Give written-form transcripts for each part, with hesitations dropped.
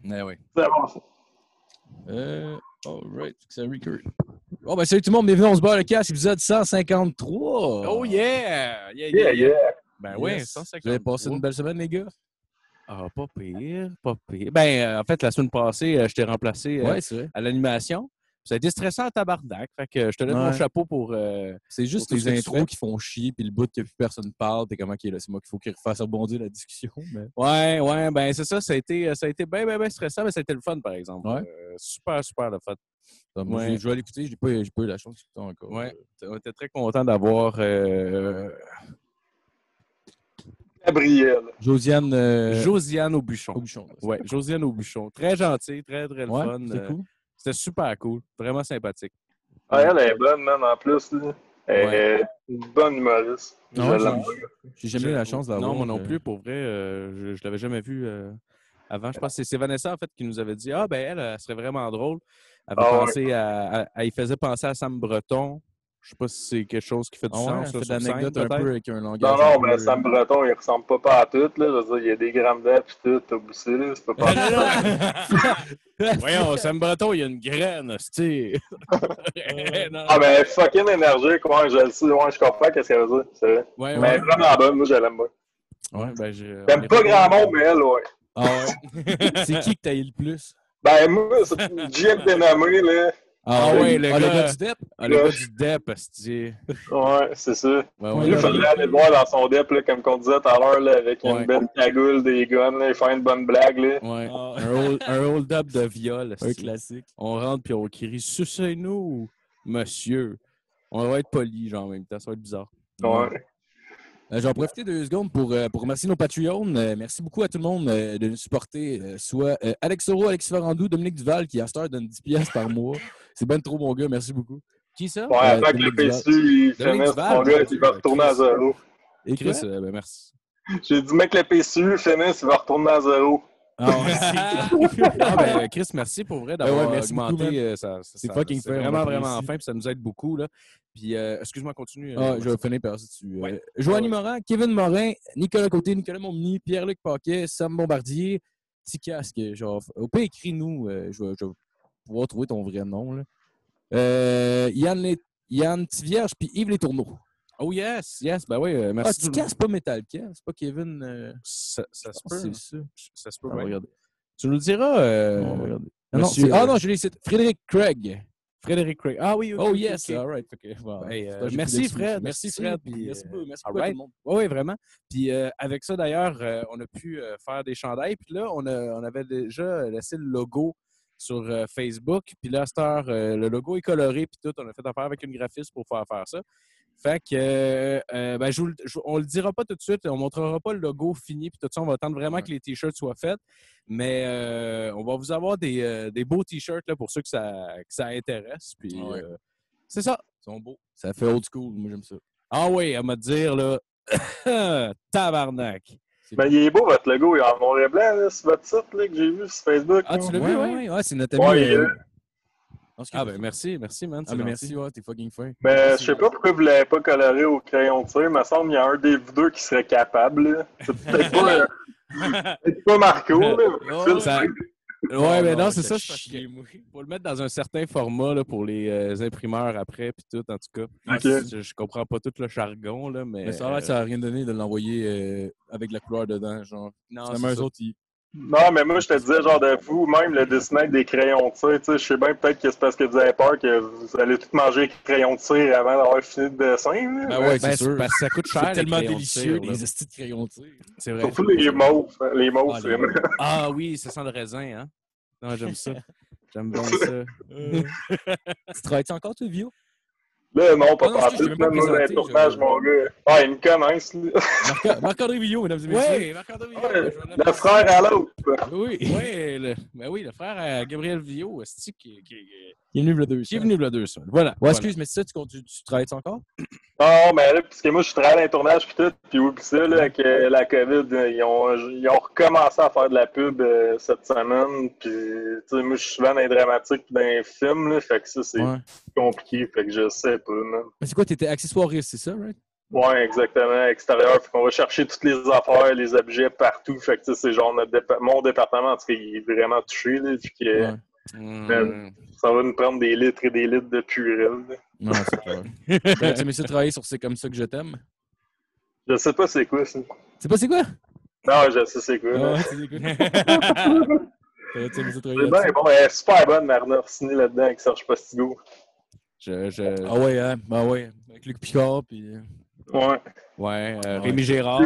Oui. C'est bon, ça. All right. C'est recur. Oh, ben, salut tout le monde. Bienvenue, on se barre le casque, épisode 153. Oh yeah! Yeah. Ben Yes. oui, Vous 153. avez passé une belle semaine, les gars? Ah, pas pire, pas pire. Ben, en fait, la semaine passée, je t'ai remplacé Ouais, c'est vrai. à l'animation. Ça a été stressant à tabarnak. Fait que je te lève mon chapeau pour... c'est juste pour tout ce les que tu intros fais. qui font chier, puis le bout que plus personne parle, t'es comment qui est là? C'est moi qu'il faut qu'il refasse rebondir la discussion. Mais... Ouais, ben c'est ça. Ça a été bien stressant, mais ça a été le fun, par exemple. Ouais. Super le fun. Moi, Ouais. je vais l'écouter, j'ai pas eu la chance d'écouter encore. Ouais. On était très content d'avoir... Gabriel. Josiane Aubuchon. Aubuchon. Ouais, Josiane Aubuchon. Très gentil, très le fun. C'était cool. C'était super cool. Vraiment sympathique. Ah, elle est bonne, même, en plus. Là. Elle est une bonne humoriste. Non, Je l'aime. j'ai jamais eu la chance d'avoir. Non, moi non plus, pour vrai. Je l'avais jamais vue avant. Je pense que c'est Vanessa, en fait, qui nous avait dit « Ah, ben elle serait vraiment drôle. » Elle avait pensé elle faisait penser à Sam Breton. Je sais pas si c'est quelque chose qui fait du sens. Elle fait sur de l'anecdote scène, un peut-être. peu avec un langage. Non, mais Sam Breton, il ressemble pas à tout. Là. Je veux dire, il y a des grandes dents pis tout, t'as boussé, là. C'est pas Voyons, Sam Breton, il y a une graine, c'est. Ah, mais fucking énergique, ouais, je le sais. Ouais, je comprends qu'est-ce qu'elle veut dire. C'est vrai. Ouais, mais vraiment bonne, moi, je l'aime bien. Ouais, ben, J'aime pas grand monde, mais elle, ouais. Ah ouais? C'est qui que t'as eu le plus? Ben, moi, c'est JM dénommé, là. Ah ouais, le gars du DEP? Ah, le gars du DEP, c'est... Ouais, c'est ça. Ouais, Lui, il fallait aller le voir dans son DEP, là, comme on disait tout à l'heure, là, avec une Ouais. belle cagoule, des guns, là, il fait une bonne blague. Là. Ouais. Un hold-up de viol. Un classique. On rentre puis on crie « Sucez-nous, monsieur! » On va être poli, genre, en même temps. Ça va être bizarre. Ouais. Je vais en profiter 2 secondes pour remercier nos Patreons. Merci beaucoup à tout le monde de nous supporter. Soit Alex Soro, Alex Ferrandou, Dominique Duval, qui à cette heure donne 10$ par mois. C'est ben trop, mon gars. Merci beaucoup. Qui ça? Ouais, attends que le PSU, il finisse, mon gars, il va retourner à zéro. Et Chris, ben merci. J'ai dit, mec, le PSU finisse, il va retourner à zéro. Ben, Chris, merci pour vrai d'avoir augmenté. C'est fucking fait. Vraiment fin, puis ça nous aide beaucoup. Là. Puis, excuse-moi, continue. Je vais finir par ça dessus. Joanie Morin, Kevin Morin, Nicolas Côté, Nicolas Momny, Pierre-Luc Paquet, Sam Bombardier, Petit Casque. Genre, au pire, écris-nous. Je vais pouvoir trouver ton vrai nom. Là. Yann Tivierge, puis Yves Les Tourneaux. Oh yes, ben oui, merci. Petit Casque, c'est pas Metallica, c'est pas Kevin. Ça se peut. C'est ça. Ça se peut, On va regarder. Tu nous le diras, On va regarder. monsieur, non, je l'ai cité. Frédéric Craig. Ah oui, Oh yes, okay. all right. Okay. Wow. Merci Fred. Merci Fred. Merci beaucoup à tout right. le monde. Oui, vraiment. Puis avec ça, d'ailleurs, on a pu faire des chandails. Puis là, on avait déjà laissé le logo sur Facebook. Puis là, à cette heure, le logo est coloré. Puis tout, on a fait affaire avec une graphiste pour faire ça. Fait que, on le dira pas tout de suite, on montrera pas le logo fini, puis tout ça, on va attendre vraiment que les t-shirts soient faits, mais on va vous avoir des beaux t-shirts là, pour ceux que ça intéresse, puis c'est ça. Ils sont beaux. Ça fait old school, moi j'aime ça. Ah oui, à me dire, là, tabarnak. Ben, il est beau, votre logo, il est en noir et blanc, là, sur votre site, là, que j'ai vu sur Facebook. Ah, tu l'as vu, oui? Ouais, c'est notre ami. Ben merci, man. Ah, mais merci, ouais, t'es fucking fin. Mais je sais pas pourquoi vous l'avez pas coloré au crayon de cire. Il me semble qu'il y a un des vous deux qui serait capable. Là. C'est peut-être pas Marco. Là, ouais, mais non, c'est ça. Faut le mettre dans un certain format là, pour les imprimeurs après, puis tout, en tout cas. Okay. Je comprends pas tout le jargon, là, mais ça a l'air que ça n'a rien donné de l'envoyer avec la couleur dedans. Genre. Non, c'est ça. Non, mais moi, je te disais, genre, de vous, même le dessiner avec des crayons de cire, tu sais, je sais bien peut-être que c'est parce que vous avez peur que vous allez tout manger avec des crayons de cire avant d'avoir fini le dessin. Là. Ben ouais, c'est sûr. Parce que ça coûte cher. C'est tellement délicieux, les estis de crayons de cire. C'est vrai. Surtout les mauves. Les mauves, c'est vrai. Ah oui, ça sent le raisin, hein? Non, j'aime ça. J'aime bien ça. Tu travailles-tu encore, toi, Vio? Là, non, pas partout. Même moi, dans les tournages, mon gars. Ah, il me commence, là. Marc-André Villot, mesdames et messieurs. Oui, Marc-André Villot. Le frère à l'autre. Oui, le frère à Gabriel Villot, qui est venu le 2 Qui est venu le 2 semaines. Voilà. Ouais, excuse, mais c'est ça, tu travailles-tu encore? Non, mais là, parce que moi, je travaille dans les tournages puis tout, puis oublie ça, là, avec la COVID, ils ont recommencé à faire de la pub cette semaine, puis, tu sais, moi, je suis souvent dans les dramatiques puis dans les films, là, fait que ça, c'est compliqué, fait que je sais pas, man. Mais c'est quoi, t'étais accessoiriste, c'est ça, right? Ouais, exactement, extérieur. Fait qu'on va chercher toutes les affaires, les objets partout. Fait que c'est genre mon département, en tout cas, il est vraiment touché, là, vu que ça va nous prendre des litres et des litres de purée. Non, c'est clair. Tu aimé ça travailler sur C'est comme ça que je t'aime? Je sais pas c'est quoi, ça. C'est pas c'est quoi? Non, je sais c'est quoi. Ah, c'est quoi? Tu aimé ça travailler C'est là-dessus? bien bon, elle est super bonne, Marina Orsini, là-dedans, avec Serge Postigo. Ah ouais, hein? Ben ouais. Avec Luc Picard, puis... Ouais. Ouais, Rémi Gérard.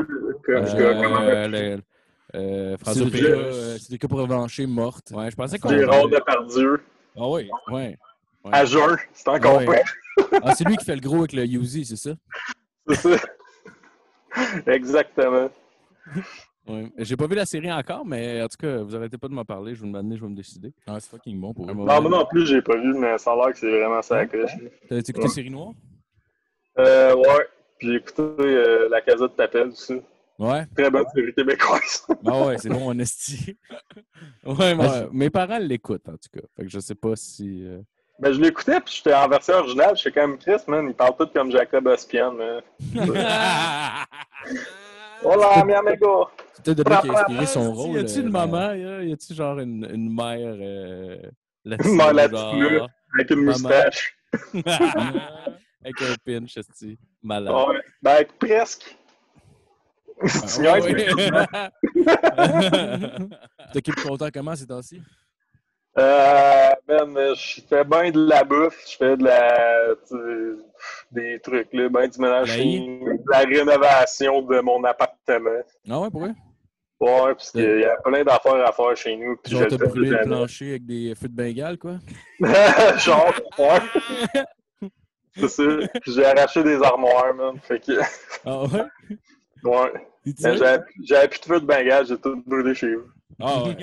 François Pérusse. C'est des cas pour revancher morte. Ouais, je pensais qu'on... Gérard Depardieu. Ah oui, ouais. À jeun, c'est encore Ouais. pire. Ah, c'est lui qui fait le gros avec le Uzi, c'est ça? C'est ça. Exactement. Ouais. J'ai pas vu la série encore, mais en tout cas, vous arrêtez pas de m'en parler. Je vais me décider. Ah, c'est fucking bon pour eux. Non, moi non plus, j'ai pas vu, mais ça a l'air que c'est vraiment sacré. T'as écouté Série Noire? Ouais. Puis j'ai écouté La Casa de Papel aussi. Ouais. Très bonne série québécoise. Ah ouais, c'est bon, en esti. Ouais, mes parents l'écoutent, en tout cas. Fait que je sais pas si... Ben, je l'écoutais, puis j'étais en version originale. J'étais quand même triste, man. Ils parlent tous comme Jacob Ospian, mais... Hola, mi amigo! C'est peut-être de là qu'il a inspiré son rôle. Y a-tu une maman? Y a-tu genre une mère latine? Une mère latine, avec une moustache. Avec un pinch, esti. Malade. Ouais. Ben, presque. T'occupes content comment ces temps-ci? Je fais bien de la bouffe, je fais des trucs, là, ben du ménage chez nous, de la rénovation de mon appartement. Ah ouais, pourquoi? Ouais, parce qu'il y a plein d'affaires à faire chez nous. Puis genre, t'as brûlé le plancher avec des feux de Bengale, quoi? Genre, ouais. C'est ça. Puis j'ai arraché des armoires, man. Fait que... Ah ouais? Ouais. J'avais plus de feux de Bengale, j'ai tout brûlé chez vous. Ah ouais.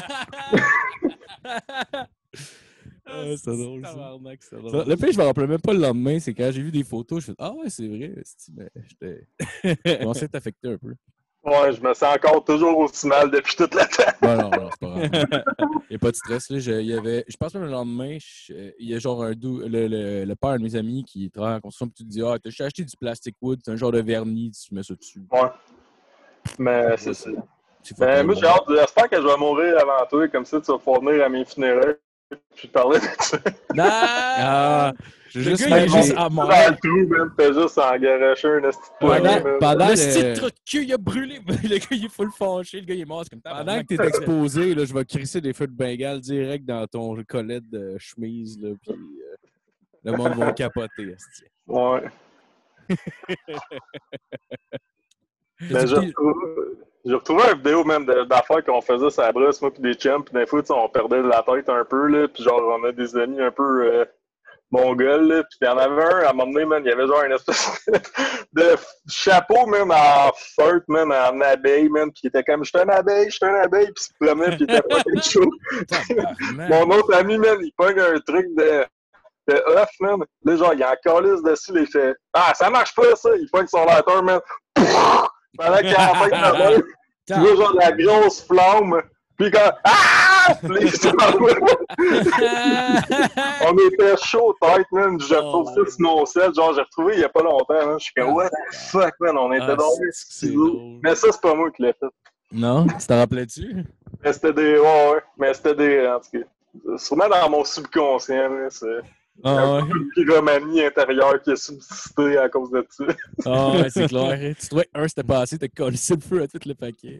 C'est drôle, ça. Le fait, je me rappelais même pas le lendemain, c'est quand j'ai vu des photos, je fais ah ouais, c'est vrai, mais j'étais. Je commençais à t'affecter un peu. Ouais, je me sens encore toujours aussi mal depuis toute la temps. Non, c'est pas grave. Il n'y a pas de stress. Là. Je pense même le lendemain, il y a genre le père de mes amis qui travaille en construction, puis tu te dis ah, t'as acheté du plastic wood, c'est un genre de vernis, tu mets ça dessus. Ouais. Mais c'est ça. Moi, j'ai hâte. J'espère que je vais mourir avant toi, comme ça, tu vas pouvoir venir à mes funérailles puis parler de ça. J'ai juste à mort. Dans le trou, même, t'as juste engaroché un esti de poignet. Pendant le petit truc de cul, il a brûlé. Le gars, il est full fâché. Le gars, il est mort. C'est comme pendant que t'es exposé, là, je vais crisser des feux de Bengale direct dans ton collet de chemise, là, puis le monde va capoter. Esti. Ouais. Mais j'ai retrouvé une vidéo même d'affaires qu'on faisait sur la brosse, moi pis des chums, pis des fois, on perdait la tête un peu, là, pis genre, on a des amis un peu mongols, là, pis il y en avait un, à un moment donné, man, il y avait genre une espèce de chapeau, même, en feutre, man, en abeille, man, pis il était comme, j'étais une abeille, pis il se promenait, pis il était pas quelque chose. Mon autre ami, man, il pogne un truc de off, man, là, genre, il en calisse dessus, il fait, ah, ça marche pas, ça, il pogne son lateur, man, pendant qu'il a fait la main, tu vois genre la grosse flamme, puis quand ah! On était chaud tête, man. Je retrouve ça sur nos sets, genre j'ai retrouvé il y a pas longtemps, man. Je suis comme what the fuck, man, on était dans les ciseaux. Mais ça, c'est pas moi qui l'ai fait. Non? Tu t'en rappelais-tu? Mais c'était des. Ouais. Mais c'était des. En tout cas. Sûrement dans mon subconscient, là. C'est. Un peu de pyromanie intérieure qui a subsisté à cause de ça. Ah ouais, c'est clair. Tu trouvais que c'était pas assez, t'as collé le feu à tout le paquet.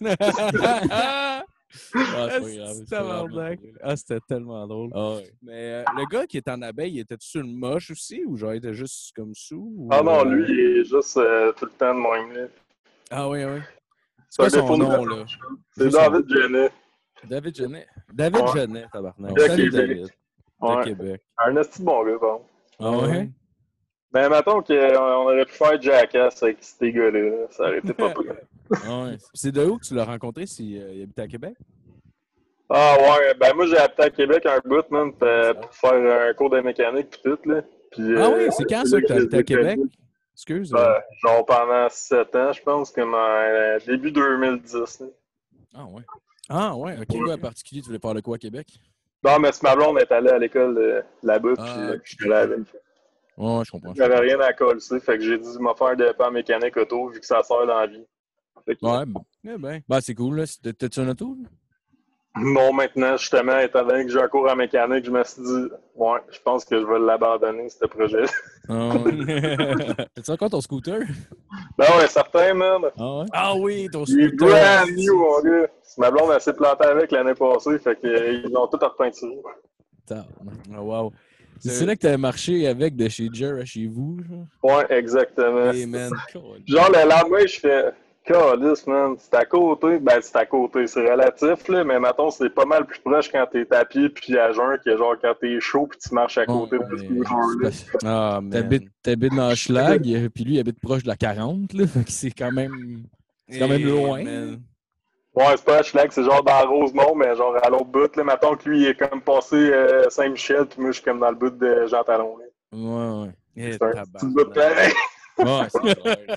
C'est pas grave. C'était tellement drôle. Ah ouais. Mais le gars qui est en abeille, était-tu une moche aussi ou genre il était juste comme sous? Ou, non, lui, il est juste tout le temps de même. Là. Ah oui. C'est quoi son nom, là? C'est David Genet. David Genet, tabarnak. Salut, David. De Québec. Un esti bon gars, bon. Ah ouais? Ben, mettons qu'on aurait pu faire Jackass avec ces gars-là. Ça aurait été pas pire. Ouais. C'est de où que tu l'as rencontré s'il habitait à Québec? Ah ouais, ben moi j'ai habité à Québec un bout, man, pour faire un cours de mécanique pis tout, là. Puis, oui, c'est quand ça que t'as habité à Québec? Excuse. Genre pendant 7 ans, je pense, comme en début 2010. Là. Ah ouais, ok, quoi en particulier, tu voulais faire le quoi à Québec? Non, mais ma blonde est allée à l'école là-bas, puis je suis allé avec. Ouais, je comprends. J'avais rien à coller, fait que j'ai dit me faire des pas en mécanique auto vu que ça sert dans la vie. Fait que, Ouais, bon. Eh ben. Ben, c'est cool, là. T'as-tu un auto? Là? non, maintenant, justement, étant donné que j'ai un cours en mécanique, je me suis dit, ouais, je pense que je vais l'abandonner, ce projet. Ah, ouais. T'as-tu encore ton scooter? Ben ouais, certain, man. Ah, ouais? Ah oui, ton Il est scooter. brand new, mon gars. Ma blonde, elle s'est plantée avec l'année passée, fait qu'ils l'ont tout repeinturé. Oh, wow. C'est là que t'as marché avec de chez Jer à chez vous, genre? Ouais, exactement. Hey, man. Genre, le lendemain, je fais, calice, man, c'est à côté. Ben, c'est à côté, c'est relatif, là, mais mettons, c'est pas mal plus proche quand t'es à pied puis à jeun que genre quand t'es chaud puis tu marches à côté de ce scooter-là. Ah, man. T'habites dans Schlag, puis lui, il habite proche de la 40, là. Fait que c'est quand même loin. Man. Ouais, c'est pas à Schlag, c'est genre dans Rosemont, mais genre à l'autre bout, là. Mettons que lui, il est comme passé Saint-Michel, puis moi, je suis comme dans le bout de Jean Talon, là. Ouais, ouais. Eh, C'est un petit bout de pareil. Ouais, c'est clair.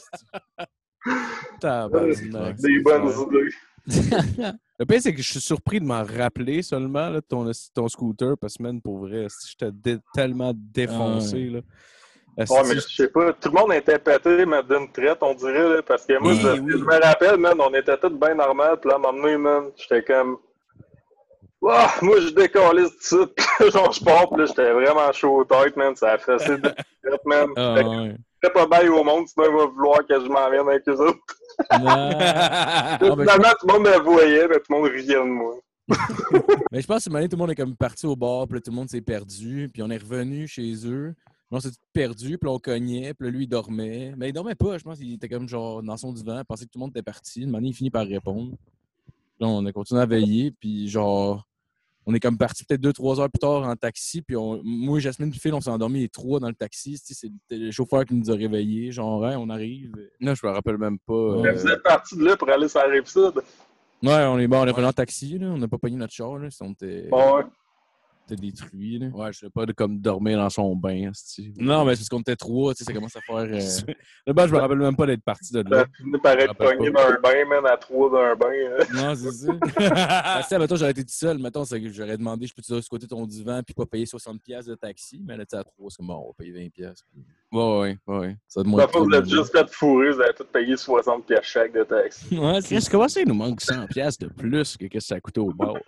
Tabarnak. Des bonnes idées. Le pire, c'est que je suis surpris de m'en rappeler seulement, là, ton scooter, parce que, man, pour vrai, j'étais tellement défoncé, là. Ouais, mais je sais pas, tout le monde était pété, mais d'une traite, on dirait, là, parce que moi, Oui, je me rappelle, man, on était tous bien normal, puis là, à un moment donné, man, j'étais comme, ah, moi, je décollais tout de suite, genre, je pars, puis là, j'étais vraiment chaud aux têtes, man, ça a fessé de traite, man. Ouais. J'étais pas bien au monde, sinon il va vouloir que je m'en vienne avec eux autres. Non, Finalement, tout le monde me voyait, mais tout le monde riait de moi. mais je pense que tout le monde est comme parti au bar, puis là, tout le monde s'est perdu, puis on est revenu chez eux. On s'est tout perdu, puis on cognait, puis là, lui, il dormait. Mais il dormait pas, je pense qu'il était comme genre dans son divan, il pensait que tout le monde était parti. Une manière, il finit par répondre. Là, on a continué à veiller, puis genre, on est comme parti peut-être 2-3 heures plus tard en taxi, puis moi et Jasmine puis Phil, on s'est endormis les trois dans le taxi. C'est le chauffeur qui nous a réveillés, genre, hey, on arrive. Non, je me rappelle même pas. Mais vous êtes partis de là pour aller sur la Rive-Sud? Ouais, on est revenu en taxi, là. On n'a pas pogné notre char, là. On était détruits, là. Ouais, je sais pas de comme dormir dans son bain, c'ti. Non, mais c'est parce qu'on était trois, tu sais, ça commence à faire. Là-bas, je me rappelle même pas d'être parti de Ça là. finit par être pogné dans un bain, man, à 3 dans un bain. Non, c'est ça. Si, mettons, j'aurais été tout seul, mettons, j'aurais demandé, je peux-tu squatter ton divan puis pas payer 60$ de taxi, mais là, tu sais, à 3, c'est comme bon, on va payer 20$. Puis... Ouais. Ça va être moins La fois, vous êtes juste fait fourrer, vous avez tout payé 60$ chaque de taxi. Ouais, Qu'est-ce que ça, il nous manque 100$ de plus que ça a coûté au bar?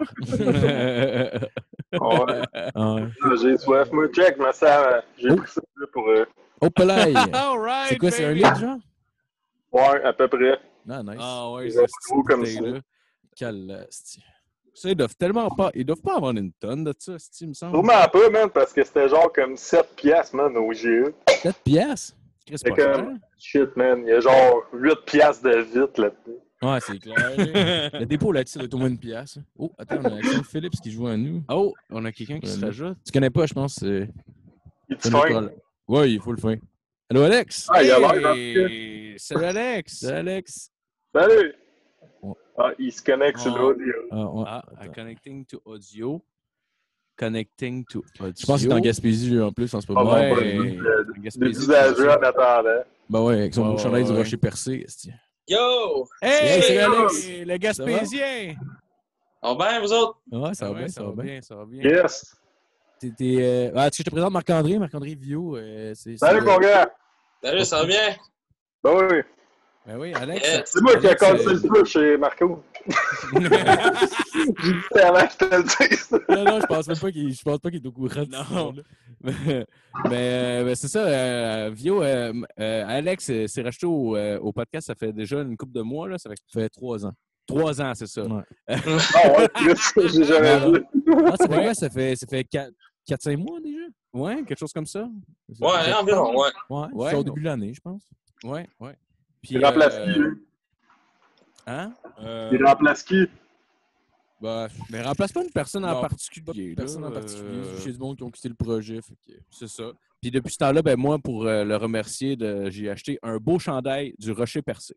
Ouais. Ouais. J'ai soif. Moi, check, mais ça, j'ai pris ça pour. Oh, Pelay! Right, C'est quoi, c'est un litre, genre? Ouais, à peu près. Ah, nice. Ah ouais, C'est c'est gros comme ça. là. Quel sti. Ça, ils doivent tellement pas. Ils doivent pas avoir une tonne de ça, il me semble. Sûrement pas, man, parce que c'était genre comme 7$, man, au GE. 7$? C'est C'est pas cher. comme, shit, man, il y a genre 8$ de vitre là-dedans. Ouais, c'est clair. Le dépôt là-dessus doit être au moins une pièce. Oh, attends, on a Alexandre Phillips qui joue à nous. Oh, on a quelqu'un qui se rajoute. Tu connais pas, je pense. Il te Nicolas. fin. Ouais, il faut le fin. Allô, Alex? Ah, il a l'air Hey! Salut Alex! C'est Alex. Salut! Ouais. Ah, il se connecte sur Ah. l'audio. Ouais. Ah, connecting to audio. Connecting to audio. Je pense qu'il est en Gaspésie, lui, en plus, en ce moment. Ah, bon, Ouais. Des usagers en attendant. Ben ouais, avec son beau chandail du ouais. rocher percé. esti. Yo! Hey! Salut, Alex! Le Gaspésien! Ça va bien, vous autres? Ouais, ça va Ouais, bien, ça va bien. Ça va bien. Yes! Je te présente Marc-André Vio. Salut, mon gars! Salut, ça va bien? Ben oui, Ben oui, Alex. Yes. c'est moi qui ai Alex, cassé le truc chez Marco. J'ai dit ça avant que je te le dise. Non, je pense pas qu'il est au courant de Non. ça. Mais c'est ça, Vio, Alex s'est racheté au podcast, ça fait déjà une couple de mois, là. Ça fait 3 ans. 3 ans, c'est ça. Ouais. Ah ouais, j'ai jamais vu. Ah, ça fait quoi? Ça fait 4-5 mois déjà? Ouais, quelque chose comme ça. Ouais, environ, ouais. Ouais, c'est au début de l'année, je pense. Ouais. Puis, Il remplace qui, lui? Hein? Il remplace qui? Mais remplace pas une personne en Non, particulier. Personne là, en particulier. euh, C'est chez du monde qui ont quitté le projet. Fait que... C'est ça. Puis depuis ce temps-là, ben moi, pour le remercier, j'ai acheté un beau chandail du Rocher Percé.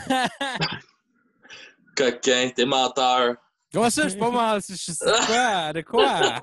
Coquin, t'es menteur. Comment ça, je suis pas mal? Je sais quoi? De quoi?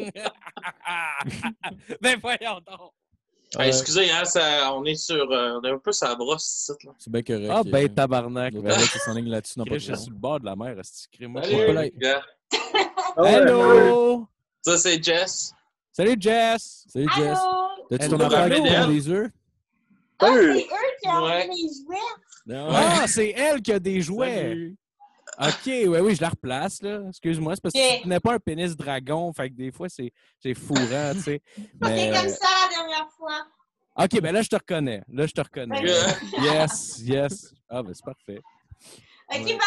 Ben voyons donc! Hey, excusez, hein, on est un peu sur la brosse ici, là. C'est bien correct. Ah ben tabarnak! L'autre Alex, il s'enligne là-dessus dans pas Je de suis sur le bord de la mer, est-ce que moi Salut, pas les gars. Hello! Ça, c'est Jess. Salut Jess! Salut, Jess. T'as-tu Elle ton nous affaire rappelait qui d'elle? pond des œufs? Ah, c'est Oui. eux qui ont Ouais. fait les jouets. Non, Ah, c'est elle qui a des jouets. Salut. OK, oui, je la replace, là. Excuse-moi, c'est parce que Ok. tu tenais pas un pénis dragon, fait que des fois, c'est fourrant, tu sais. C'était Mais... comme ça la dernière fois. OK, ben là, je te reconnais. Ouais. Yes. Ah, ben c'est parfait. Ok, Ouais.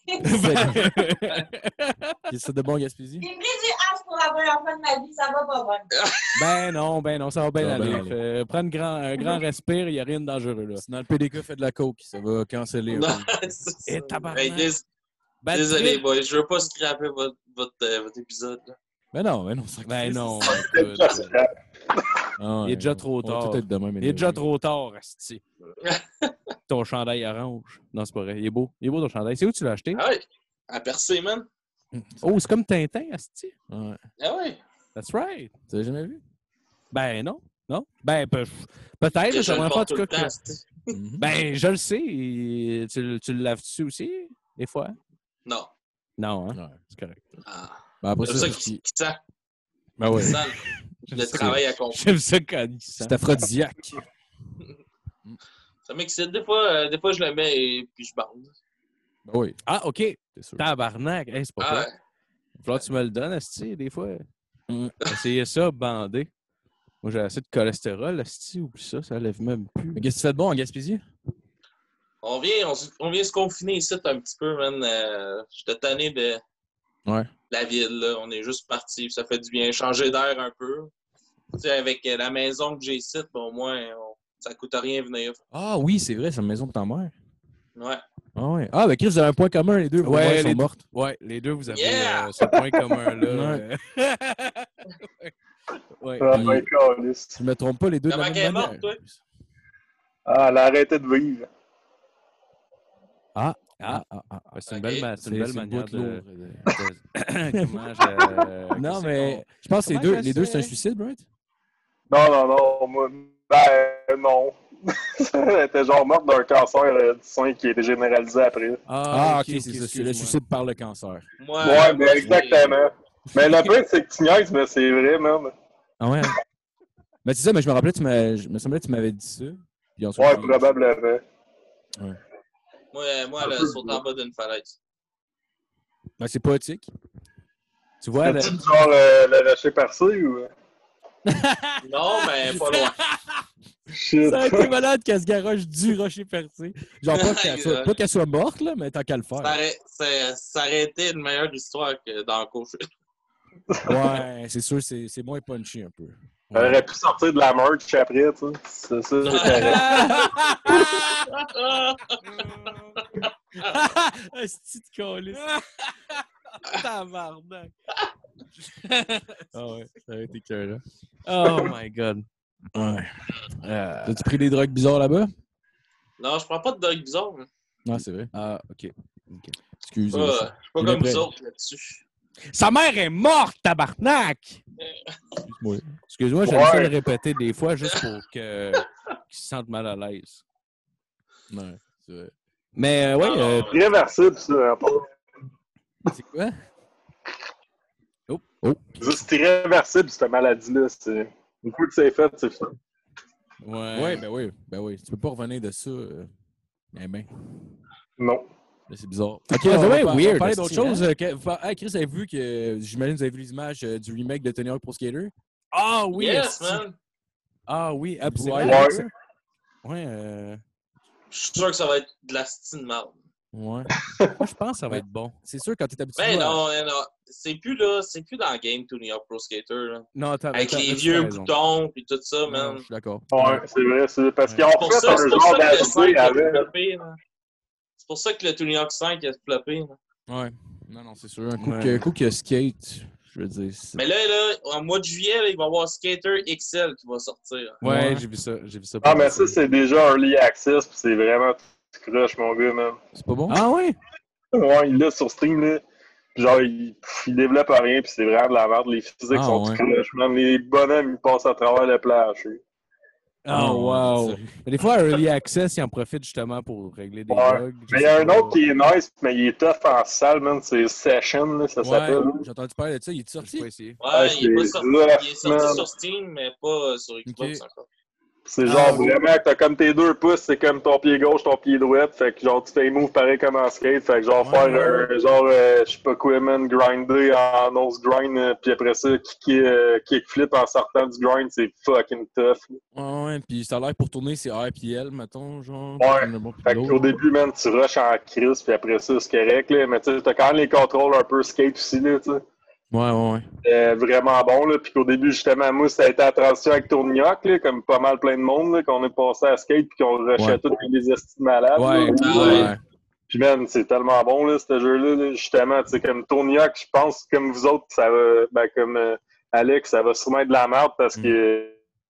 C'est de bon Gaspésie? J'ai pris du H pour la première fois de ma vie, ça va pas bien. Ben non, ça va bien Ça va bien aller. aller. Prends un grand respire, il n'y a rien de dangereux, là. Si dans le PDK fait de la coke, ça va canceller un Non, peu. c'est Et ça. tabarnak. Hey, Bad désolé, trip. boys, je veux pas scraper votre épisode. Là. Mais non, ça Ben non, C'est écoute. déjà scrap. Ah, Il est déjà trop on va tard. tout être de même, Il est déjà anyway. trop tard, asti. Ton chandail orange. Non, c'est pas vrai. Il est beau ton chandail. C'est où tu l'as acheté? Ah ouais, à percer, man. Oh, c'est comme Tintin, asti. Ouais. Ah ouais. That's right. Tu l'as jamais vu? Ben non. Ben peut-être, mais Je c'est la le première fois en porte tout tout le cas temps, que... c'est- Mhm. Ben, je le sais. Tu le laves-tu aussi, des fois? Non. Non, hein? Ouais. C'est correct. Ah. Ben après C'est ça, ça c'est qui sent. Ben ouais. Qui sent J'aime le ça. travail accompli. J'aime ça quand il sent. C'est aphrodisiaque. Ça m'excite. Des fois, je le mets et puis je bande. Ben oui, Ah, OK. c'est sûr. Tabarnak. Hey, c'est pas Ah toi. ouais. Il va falloir que tu me le donnes, asti, des fois. Mm. Essayez ça, bandé. Moi, j'ai assez de cholestérol, asti, oublie ça, ça lève même plus. Mais qu'est-ce que tu fais de bon en Gaspésie? On vient se confiner ici un petit peu, man. J'étais tanné de la ville, là. On est juste parti. Ça fait du bien. Changer d'air un peu. Tu sais, avec la maison que j'ai ici, ben, au moins, ça coûte rien venir. Ah oui, c'est vrai, c'est une maison pour ta mère. Ouais. Ah ouais. Ah, ben Chris, vous avez un point commun, les deux. Vos Ouais, mères les sont deux. mortes. Ouais, les deux, vous avez Yeah! ce point commun-là. Ouais. Ah, Puis- ben, câlisse. Si je me trompe pas, les deux de Comment la qu'elle est même morte, manière. toi? Ah, elle a arrêté de vivre. Ah. C'est une Ok. belle, c'est une belle manière de... lourd. Comment je... Non, qu'est-ce mais qu'on- je pense que Comment les deux, je c'est un sais? suicide, right? Non, moi, ben, non. Elle était genre morte d'un cancer du sein qui était généralisé après. Ah, ok, c'est ça. C'est excuse-moi. le suicide par le cancer. Moi, Ouais, moi, ben, exactement. Mais le pire, c'est que tu niaises, mais c'est vrai, man. Ah ouais? Mais c'est ça, mais je me rappelais, je me semblait que tu m'avais dit ça. Puis ensuite, Ouais, probablement. Moi, elle a sauté en bas d'une falaise. Ben, c'est poétique. Tu vois, As-tu genre le rocher percé ou. Non, mais pas loin. Shit. Ça a été malade qu'elle se garoche du rocher percé. Genre, pas qu'elle soit morte, là, mais tant qu'à le faire. Ça aurait été une meilleure histoire que dans le coach. Ouais, c'est sûr, c'est moins punchy un peu. Elle aurait pu sortir de la merch après, tu sais. C'est ça, c'est correct. Asti de câlisse. Tabarnak. Ah ouais, ça aurait été cœur. Oh my God. Ouais. T'as-tu pris des drogues bizarres là-bas? Non, je prends pas de drogue bizarre. Hein. Non, c'est vrai. Ah, OK. Excuse. Je suis pas Il est comme prêt. vous autres là-dessus. Sa mère est morte, tabarnak! Excuse-moi. Excuse-moi, j'aime ça Ouais. le répéter des fois juste pour qu'ils se sentent mal à l'aise. Ouais, c'est vrai. Mais ouais, Non, Irréversible, ça. Hein, pas- C'est quoi? C'est irréversible, cette maladie-là. C'est... Une fois que c'est fait, c'est fait. Ouais, ben oui. Tu peux pas revenir de ça. Ben. Non. Là, c'est bizarre. Ok, on c'est va bien weird, parler d'autre esti, chose. Hey, Chris, avez vu que, j'imagine que vous avez vu les images du remake de Tony Hawk Pro Skater? Ah oui, yes, esti. man. Ah oui, c'est Ouais. vrai, Ouais. ça? Ouais, Je suis sûr que ça va être de la style marde. Ouais. moi je pense que ça va être bon. C'est sûr, quand t'es habitué Ben à... non. C'est plus dans le game Tony Hawk Pro Skater. Là. Non, Avec les vieux boutons et tout ça, Non, man. je suis d'accord. Ouais, c'est vrai. C'est parce Ouais. qu'ils ont C'est pour fait ça, un c'est pour genre ça que le 5 d'ajouté a avec. floppé. Là. C'est pour ça que le Tony Hawk 5 a floppé. Là. Ouais. Non, c'est sûr. Un coup, Ouais. qu'il y a skate, je veux dire... c'est- Mais là, en mois de juillet, là, il va y avoir Skater XL qui va sortir. Ouais, Ouais. j'ai vu ça. Ah, mais ça, c'est déjà Early Access, puis c'est vraiment tout crush, mon gars, man. C'est pas bon? Ah ouais? Ouais, il l'a sur stream, là. Puis genre, il développe rien, puis c'est vraiment de la merde. Les physiques Ah, sont ouais. tout crush, man. Les bonhommes, ils passent à travers le plancher. Oh, wow! Mais des fois, Early Access, ils en profitent justement pour régler des bugs. Mais il y a un autre qui est nice, mais il est tough en salle, man. C'est Session, là, ça s'appelle. J'ai entendu parler de ça. Il est sorti? Pas essayé. Ouais, il est sorti man. sur Steam, mais pas sur Xbox encore. C'est genre vraiment, t'as comme tes 2 pouces, c'est comme ton pied gauche, ton pied droit. Fait que genre, tu fais les moves pareil comme en skate. Fait que genre, je sais pas quoi, man, grinder en nose grind, puis après ça, kickflip en sortant du grind, c'est fucking tough. Ouais, puis ça a l'air pour tourner, c'est RPL, mettons, genre. Ouais. Fait qu'au début, man, tu rushes en crise, puis après ça, c'est correct, là. Mais tu sais, t'as quand même les contrôles un peu skate aussi, là, tu sais. Ouais. Vraiment bon, là. Puis qu'au début, justement, moi, ça a été la transition avec Tourniac, là, comme pas mal plein de monde, là, qu'on est passé à skate puis qu'on rushait tous les estis malades. Ouais. Puis man, c'est tellement bon, là, ce jeu-là, là. Justement, tu sais, comme Tourniac, je pense, comme vous autres, ça va, comme Alex, ça va sûrement être de la merde parce que,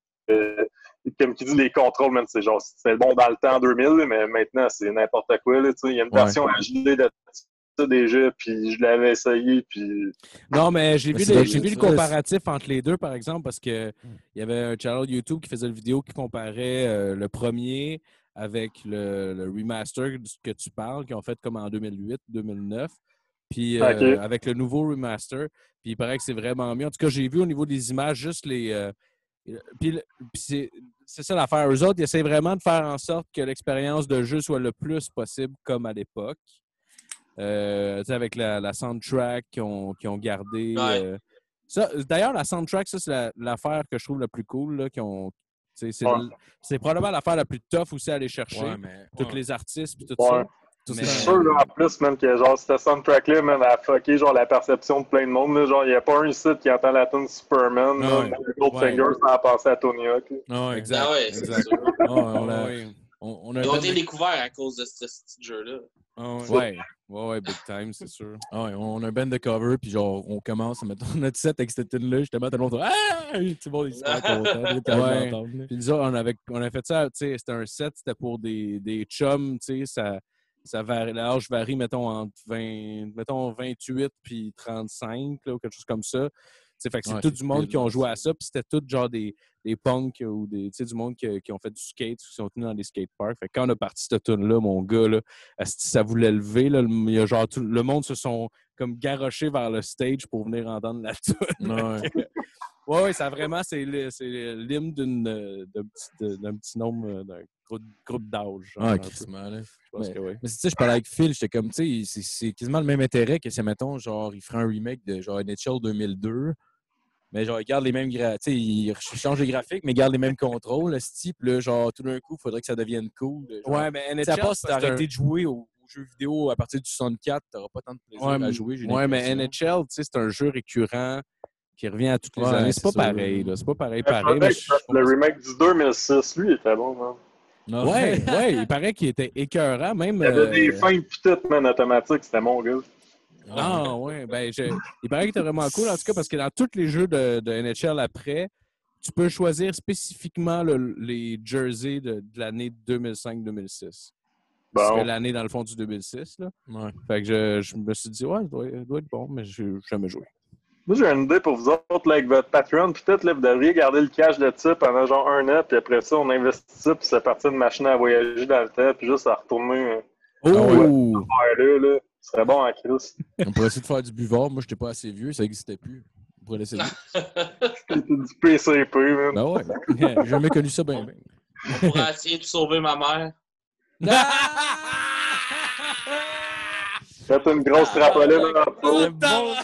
comme tu dis, les contrôles, man, c'est genre, c'était bon dans le temps en 2000, là, mais maintenant, c'est n'importe quoi, là, tu sais. Il y a une version HD de ça déjà, puis je l'avais essayé, puis... Non, mais j'ai vu le comparatif entre les deux, par exemple, parce que il y avait un channel YouTube qui faisait une vidéo qui comparait le premier avec le remaster que tu parles, qu'ils ont fait comme en 2008-2009, puis avec le nouveau remaster, puis il paraît que c'est vraiment mieux. En tout cas, j'ai vu au niveau des images juste les... puis c'est ça l'affaire. Eux autres, ils essaient vraiment de faire en sorte que l'expérience de jeu soit le plus possible comme à l'époque. Avec la soundtrack qu'ils ont gardé. D'ailleurs, la soundtrack, ça, c'est l'affaire que je trouve la plus cool. Là, c'est probablement l'affaire la plus tough aussi à aller chercher. Tous les artistes et tout ça. C'est sûr, là, en plus, man, que genre, cette soundtrack-là, man, a fucké genre, la perception de plein de monde. Là, genre, il n'y a pas un site qui entend la tune Superman. Goldfinger sans en passer à Tony Hawk. Exact. Ah ouais, c'est sûr. On Ils ont été découverts à cause de ce jeu-là. Ouais, big time, c'est sûr. On a un band de cover, puis genre, on commence à mettre notre set avec cette tune-là, justement, tout le monde tout le monde est super content. Puis nous autres, on a fait ça, tu sais, c'était un set, c'était pour des chums, tu sais, ça varie, l'âge varie, mettons, entre 28 puis 35, là, ou quelque chose comme ça. T'sais, fait que c'est tout du monde qui ont joué à ça, puis c'était tout genre des punks ou du monde qui ont fait du skate, qui sont tenus dans des skateparks. Fait que quand on a parti cette tune-là, mon gars, là, ça voulait lever. Là, il y a genre le monde se sont comme garochés vers le stage pour venir entendre la tune. Ouais, ça vraiment, c'est l'hymne d'un petit nombre, d'un groupe d'âge. Quasiment, là. Oui. Mais tu sais, je parlais avec Phil, j'étais comme, tu sais, c'est quasiment le même intérêt que si, mettons, genre, il ferait un remake de genre NHL 2002, mais genre, il garde les mêmes tu sais, il change les graphiques, mais il garde les mêmes contrôles, le type, là, genre, tout d'un coup, il faudrait que ça devienne cool. Genre, ouais, mais NHL, à part si t'as arrêté de jouer aux jeux vidéo à partir du 64, t'auras pas tant de plaisir à jouer. Ouais, mais NHL, tu sais, c'est un jeu récurrent qui revient à toutes les années. C'est pas pareil, là. C'est pas pareil. Mais le remake du 2006, lui, il était bon, man. Ouais, il paraît qu'il était écœurant, même. Il y avait des fins pis tout, man, automatiques, c'était mon gars. Ouais, ben, il paraît qu'il était vraiment cool, en tout cas, parce que dans tous les jeux de NHL après, tu peux choisir spécifiquement les jerseys de l'année 2005-2006. C'est l'année, dans le fond, du 2006, là. Fait que je me suis dit, il doit être bon, mais je n'ai jamais joué. Moi, j'ai une idée pour vous autres, là, avec votre Patreon, puis tout, là, vous devriez garder le cash de ça pendant genre 1 an, puis après ça, on investit ça, puis c'est parti une machine à voyager dans le temps, puis juste à retourner. Là, ce serait bon en crise. On pourrait essayer de faire du buvard. Moi, je n'étais pas assez vieux, ça n'existait plus. On pourrait l'essayer. C'était du PCP, man. Ben ouais, j'ai jamais connu ça bien. On pourrait essayer de sauver ma mère. Faites une grosse trapoline dans le bon.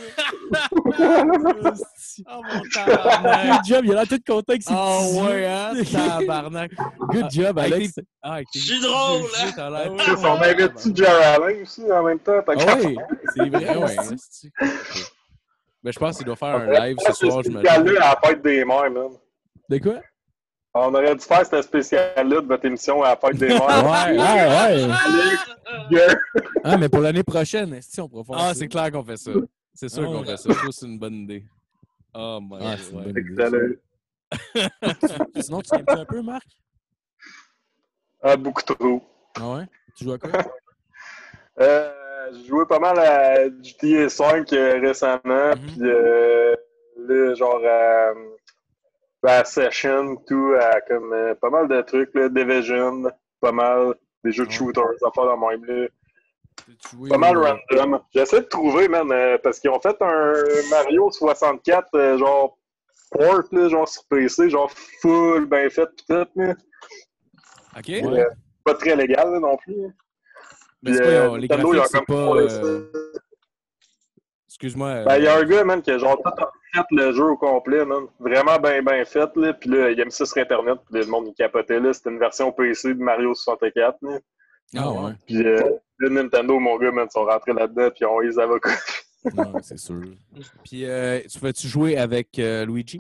Oh mon tabarnak. Good job, il a l'air tout content que c'est ouais, hein, tabarnak. Good job, Alex. Je suis drôle, hein. On investit Jerry Allen aussi en même temps. Oui, c'est vrai, ouais. Mais je pense qu'il doit faire un live ce soir, je me dis. à la fête des mères, man. De quoi? On aurait dû faire cette spéciale-là de votre émission à la fête des mères. Ouais. Mais pour l'année prochaine, si on pourra faire ça. C'est clair qu'on fait ça. C'est sûr qu'on fait ça. Je trouve que c'est une bonne idée. Oh my God. C'est une bonne idée. Sinon, tu t'aimes un peu, Marc? Beaucoup trop. Ah ouais? Tu joues à quoi? J'ai joué pas mal à GTA 5 récemment, puis là, genre à Session, tout, à comme pas mal de trucs, là, Division, pas mal, des jeux de shooters, des affaires dans le même, là. Pas mal random. J'essaie de trouver, man, parce qu'ils ont fait un Mario 64, genre port, là, genre sur PC, genre full, bien fait, pis tout, là. OK. Ouais. Pas très légal, là, non plus. Mais Puis, c'est pas, les Nintendo, graphiques, c'est pas... ça. Excuse-moi. Ben, il y a un gars, man, qui a genre tout fait le jeu au complet, man. Vraiment bien fait, là. Puis là, il a mis ça sur Internet, puis le monde, il capotait, là. C'était une version PC de Mario 64, là. Ah ouais. Puis le Nintendo, mon gars, man, sont rentrés là-dedans, puis ont eu les avocats. Non, c'est sûr. Puis, tu vas-tu jouer avec Luigi?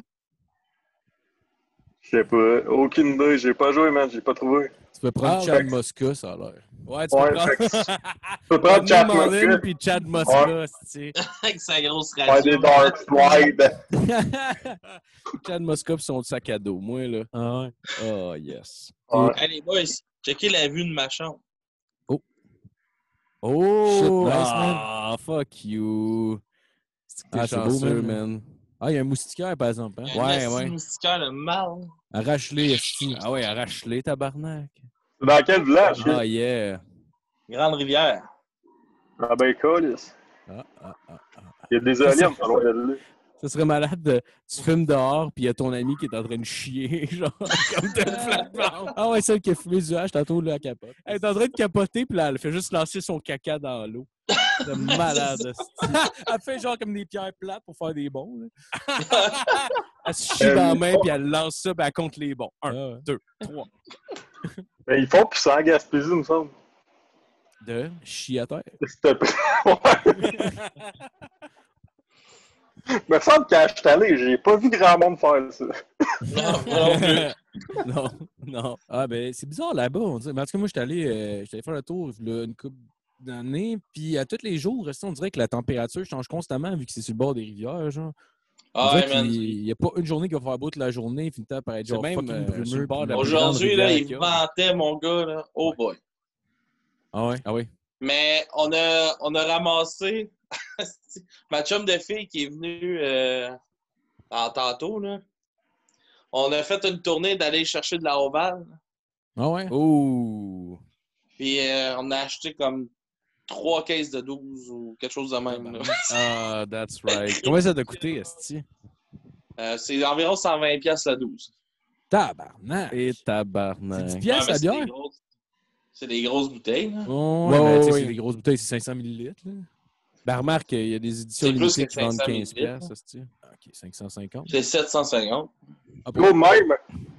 Je sais pas. Aucune idée. J'ai pas joué, man. J'ai pas trouvé. Tu peux prendre Chad Mosca, ça a l'air. Ouais, tu peux prendre... Tu peux prendre Chad Mosca. Puis Chad Mosca, c'est... Avec sa grosse radio. Ouais, des Dark Slide. Chad Mosca pis son sac à dos. Moi, là. Ah ouais. Oh, yes. Ouais. Allez, boys, checkez la vue de ma chambre. Oh! Shit, nice, Ah, fuck you. Ah, c'est beau, man. Ah, il y a un moustiquaire, par exemple. Hein? Il y a un moustiquaire, le mal. Arrache-les, esti. Ah ouais, arrache-les, tabarnak. C'est dans quel village? Ah, yeah. Grande rivière. Ah ben, colis. Ah. Il y a des aliens pas loin de là. Ça serait malade, tu fumes dehors, puis il y a ton ami qui est en train de chier, genre, comme t'as une plate-bande. Ah ouais, celle qui a fumé du hache, tantôt, là, elle capote. Elle est en train de capoter, puis là, elle fait juste lancer son caca dans l'eau. C'est malade. Elle fait genre comme des pierres plates pour faire des bons. Là. Elle se chie dans la main, puis elle lance ça, puis elle compte les bons. 1, 2, 3. Mais ils font plus ça en Gaspésie, il me semble. De chier à terre. S'il te plaît. Ouais. Me semble qu'à je suis allé, j'ai pas vu grand monde faire ça. Non. Ah, ben, c'est bizarre là-bas, on dirait. Mais en tout cas, moi, j'étais allé faire le tour là, une couple d'années, puis à tous les jours, on dirait que la température change constamment vu que c'est sur le bord des rivières, genre. Ah ouais, man. Il n'y a pas une journée qui va faire beau toute la journée, finit par être genre même, fucking brumeux. sur le bord de la Aujourd'hui, là, il ventait, mon gars, là. Oh boy. Ah ouais? Ah oui. Mais on a ramassé ma chum de fille qui est venue tantôt, là. On a fait une tournée d'aller chercher de la ovale. Ah ouais? Ouh! Puis on a acheté comme 3 caisses de 12 ou quelque chose de même. Là. Ah, that's right. Combien ça t'a coûté, esti? C'est environ 120$ la 12. Tabarnak! Et tabarnak. C'est 10 piastres la bière? C'est des grosses bouteilles. Là. Ouais, c'est des grosses bouteilles, c'est 500 ml. Là. Ben, remarque, il y a des éditions limitées qui vendent 15 piastres, esti. OK, 550. C'est 750. Gros même.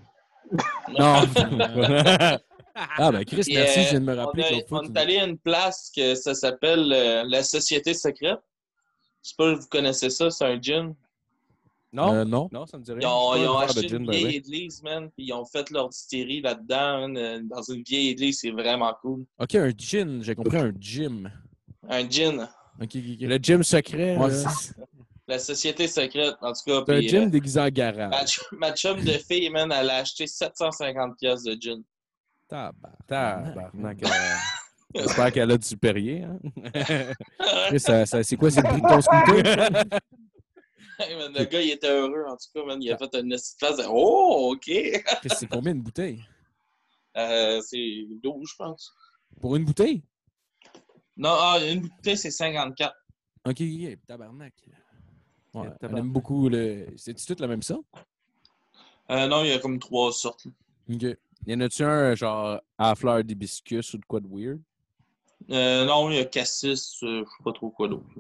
Non! Ah, ben, Chris, merci, je viens de me rappeler que l'autre fois. On est allé à une place que ça s'appelle la Société Secrète. Je sais pas si vous connaissez ça, c'est un gin. Non? Non. Non, ça me dit rien. Ils ont acheté une vieille église, man, puis ils ont fait leur distillerie là-dedans, man, dans une vieille église, c'est vraiment cool. OK, un gin, j'ai compris, un gym. Un gin. OK. Le gym secret. Ouais, La Société Secrète, en tout cas. C'est un puis, gym déguisé en garage. ma chum de fille, man, elle a acheté 750$ de gin. Tabarnak. J'espère qu'elle a du Perrier. Hein? C'est quoi, c'est le prix de ton scooter? Hey, man, le gars, il était heureux, en tout cas, man. Il a fait une petite phase de « Oh, OK! » C'est combien de bouteilles? C'est 12, je pense. Pour une bouteille? Non, une bouteille, c'est 54. OK, tabarnak. Ouais, on aime beaucoup le... C'est-tu tout la même sorte? Non, il y a comme 3 sortes. OK. Y en a-tu un genre à la fleur d'hibiscus ou de quoi de weird? Non, il y a cassis, je sais pas trop quoi d'autre.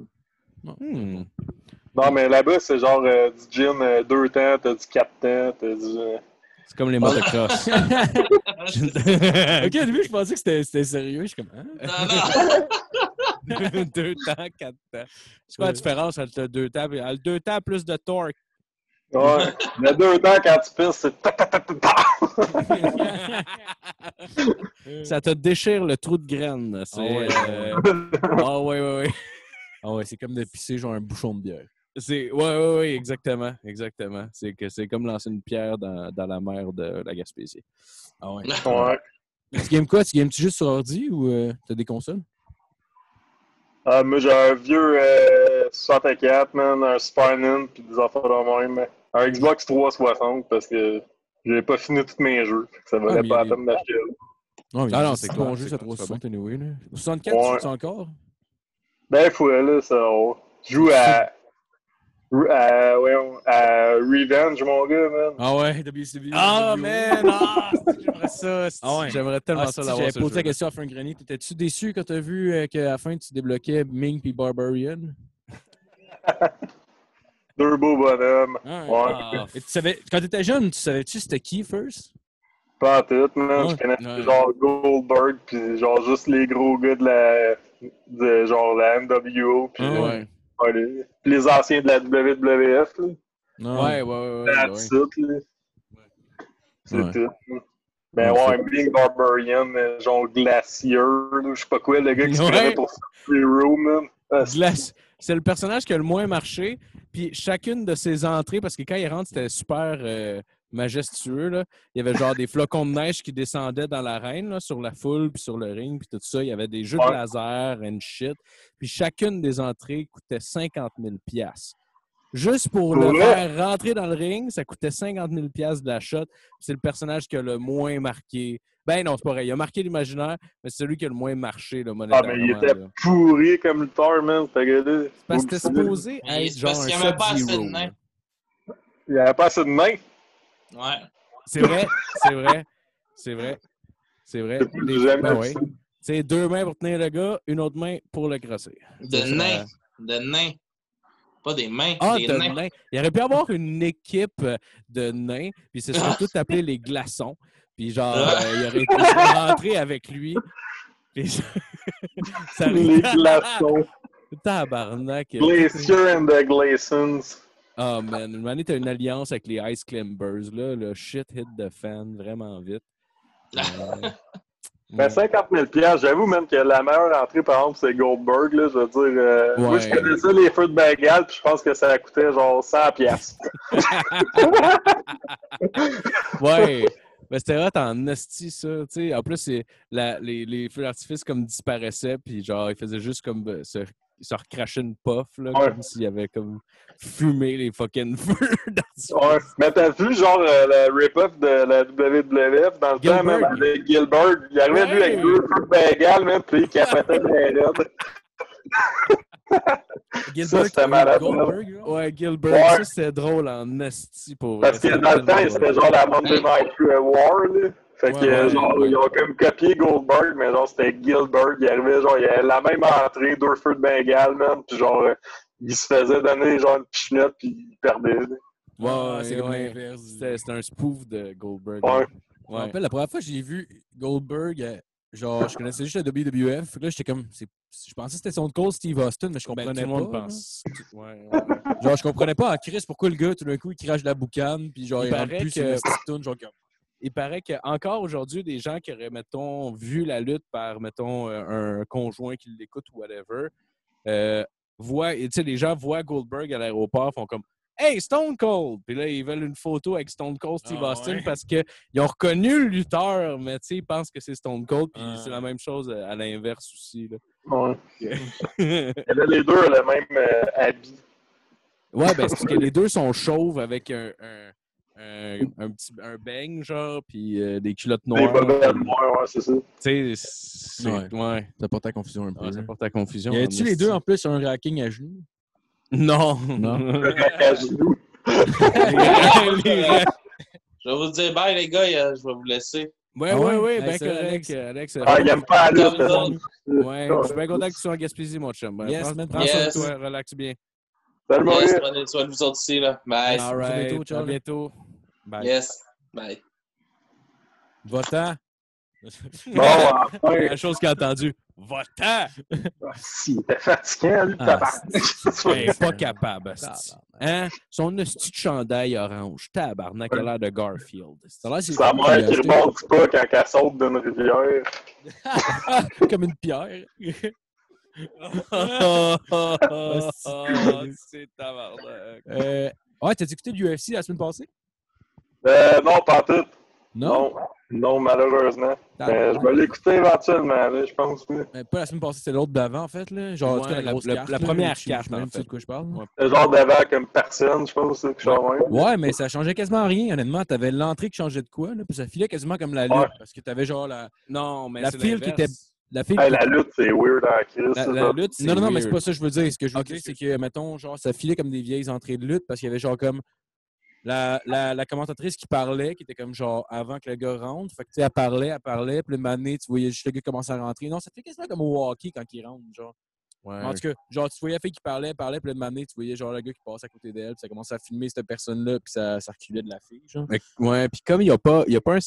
Non, mais là-bas, c'est genre du gin 2 temps, t'as du 4 temps, t'as du... C'est comme les motocross. OK, au début, je pensais que c'était sérieux. Je suis comme... Hein? Non. 2 temps, 4 temps. C'est quoi la différence entre le 2 temps et le 2 temps plus de torque? Ouais, le 2 temps, quand tu pisses, c'est... Ça te déchire le trou de graine. C'est... Ah ouais. Ah ouais, c'est comme de pisser genre un bouchon de bière. Ouais, exactement. C'est comme lancer une pierre dans la mer de la Gaspésie. Ah ouais. Ouais. Tu games quoi? Tu games-tu juste sur ordi ou t'as des consoles? Moi, j'ai un vieux 64, man, un Super Nintendo, puis des affaires de même. Un Xbox 360, parce que j'ai pas fini tous mes jeux. Ça valait pas la peine d'acheter. Non, mais non, c'est c'est bon clair, jeu, c'est ça clair, 360 anyway. Là. 64, tu joues encore? Ben, faut là, ça. Je joue à Revenge, mon gars, man. Ah ouais, WCW. Ah, man! Ah, j'aimerais ça. Ah ouais. J'aimerais tellement ça l'avoir. J'avais posé la question à Frank Grenier. T'étais-tu déçu quand t'as vu qu'à la fin, tu débloquais Ming et Barbarian? Deux beaux bonhommes. Ouais. Et tu savais, quand t'étais jeune, tu savais-tu c'était qui, First? Pas en tout, man. Je connaissais genre Goldberg, puis genre juste les gros gars de la NWO, puis les anciens de la WWF. Là. Ouais. C'est tout. Ben Bing Barbarian, genre Glacier, je sais pas quoi, le gars qui se prenait pour Hero, man. C'est le personnage qui a le moins marché, puis chacune de ses entrées, parce que quand il rentre, c'était super majestueux, là. Il y avait genre des flocons de neige qui descendaient dans l'arène, là, sur la foule, puis sur le ring, puis tout ça. Il y avait des jeux de laser and shit. Puis chacune des entrées coûtait 50 000 $. Juste pour le faire rentrer dans le ring, ça coûtait 50 000 $ de la shot. C'est le personnage qui a le moins marqué. Ben non, c'est pas vrai. Il a marqué l'imaginaire, mais c'est celui qui a le moins marché, là, monétairement. Ah, mais il était pourri comme le Thor, man. C'est parce que c'était supposé être genre un Sub-Zero. Il n'y avait pas assez de mains. Ouais. C'est vrai. C'est 2 mains pour tenir le gars, une autre main pour le crosser. De nains. Pas des mains, des nains. Il aurait pu avoir une équipe de nains, puis c'est surtout appelé les glaçons. Puis genre, il aurait pu rentrer avec lui. Puis les glaçons. Tabarnak. Glacier and the Glacians. Oh man, une année, t'as une alliance avec les Ice Climbers, là. Le shit hit the fan vraiment vite. Ben 50 000 $, j'avoue même que la meilleure entrée, par exemple, c'est Goldberg. Là, je veux dire, moi, je connaissais les feux de Bengale, puis je pense que ça coûtait genre 100 $. Ouais, mais c'était hot en esti, ça. T'sais. En plus, les feux d'artifice comme disparaissaient, puis genre, ils faisaient juste comme se recracher une puff, là, comme s'il y avait comme fumé les fucking feux d'artifice. Ouais, mais t'as vu genre le rip-off de la WWF dans le temps, même avec Gilbert. Il arrivait lui avec 2 feux de Bengale, même, puis il capotait les raides. Gilbert, c'était malade. Gilbert, ça c'était drôle en esti pour vrai. Parce que dans le temps, c'était genre la Monday Night War, là. Fait que genre, ils ont comme copié Goldberg, mais genre c'était Gilbert. Il arrivait, genre, il avait la même entrée, 2 feux de Bengale, man. Puis genre, il se faisait donner genre une pichenette, puis il perdait. C'est comme l'inverse. C'était un spoof de Goldberg. Ouais. Je me rappelle, la première fois que j'ai vu Goldberg, genre, je connaissais juste la WWF. Fait que là, j'étais comme. Je pensais que c'était son Cold Steve Austin, mais je comprenais tout le monde pas. pense. Genre, je comprenais pas en crise pourquoi le gars, tout d'un coup, il crache de la boucane, puis genre, il rentre plus sur la petite toune, genre comme. Il paraît qu'encore aujourd'hui, des gens qui auraient, mettons, vu la lutte par, mettons, un conjoint qui l'écoute ou whatever, les gens voient Goldberg à l'aéroport, font comme « Hey, Stone Cold! » Puis là, ils veulent une photo avec Stone Cold Steve Austin parce qu'ils ont reconnu le lutteur, mais tu sais, ils pensent que c'est Stone Cold, puis c'est la même chose à l'inverse aussi. Là. Ouais. Et là, les deux ont le même habit. Ouais, ben c'est parce que les deux sont chauves avec un bang, genre, puis des culottes noires. Des bobettes noires, ouais, c'est ça. Tu sais, ça porte à confusion un peu. Ouais, ça porte à confusion. Y a-tu les deux en plus un racking à genoux? Non. Le rack à genoux. Je vais vous dire bye, les gars, je vais vous laisser. Ouais, ben correct, Alex. Il aime pas la lutte. Ouais, je suis bien content que tu sois en Gaspésie, mon chum. Prends soin de toi, relax bien. Salut, yes, prenez soin de vous autres ici, là. Bye. All right, à bientôt. Bye. Yes, bye. Va-t'en. Bon, la chose qu'il a entendue. Va-t'en! Si, t'es fatigué, lui, tabarnak. Pas capable, hein? Son hostie de chandail orange. Tabarnak, il a l'air de Garfield. Sa mère qui remonte pas quand elle saute d'une rivière. Comme une pierre. C'est tabarnak. Ouais, t'as écouté l'UFC la semaine passée? Non, pas tout. Non? Non, malheureusement. Je vais l'écouter éventuellement, là, je pense. Mais pas la semaine passée, c'était l'autre d'avant, en fait. Là. Genre, en tout cas, la grosse carte. La première je carte, sais même en pas fait. de quoi je parle. Ouais. Le genre d'avant comme personne, je pense. Ouais, mais ça changeait quasiment rien, honnêtement. T'avais l'entrée qui changeait de quoi, là, puis ça filait quasiment comme la lutte. Parce que t'avais genre la. Non, mais la c'est file qui était. La file la lutte, c'est weird en crise. La lutte, c'est non, mais weird. c'est pas ça que je veux dire. Ce que je veux dire, c'est que, mettons, genre, ça filait comme des vieilles entrées de lutte parce qu'il y avait genre comme la commentatrice qui parlait, qui était comme genre avant que le gars rentre. Fait que tu sais, elle parlait, puis le moment donné, tu voyais juste le gars commencer à rentrer. Non, ça fait quasiment comme au hockey quand il rentre, genre. Ouais. En tout cas, genre, tu voyais la fille qui parlait, puis le moment donné, tu voyais genre le gars qui passe à côté d'elle, puis ça commençait à filmer cette personne-là, puis ça reculait de la fille, genre. Ouais, puis comme il n'y a pas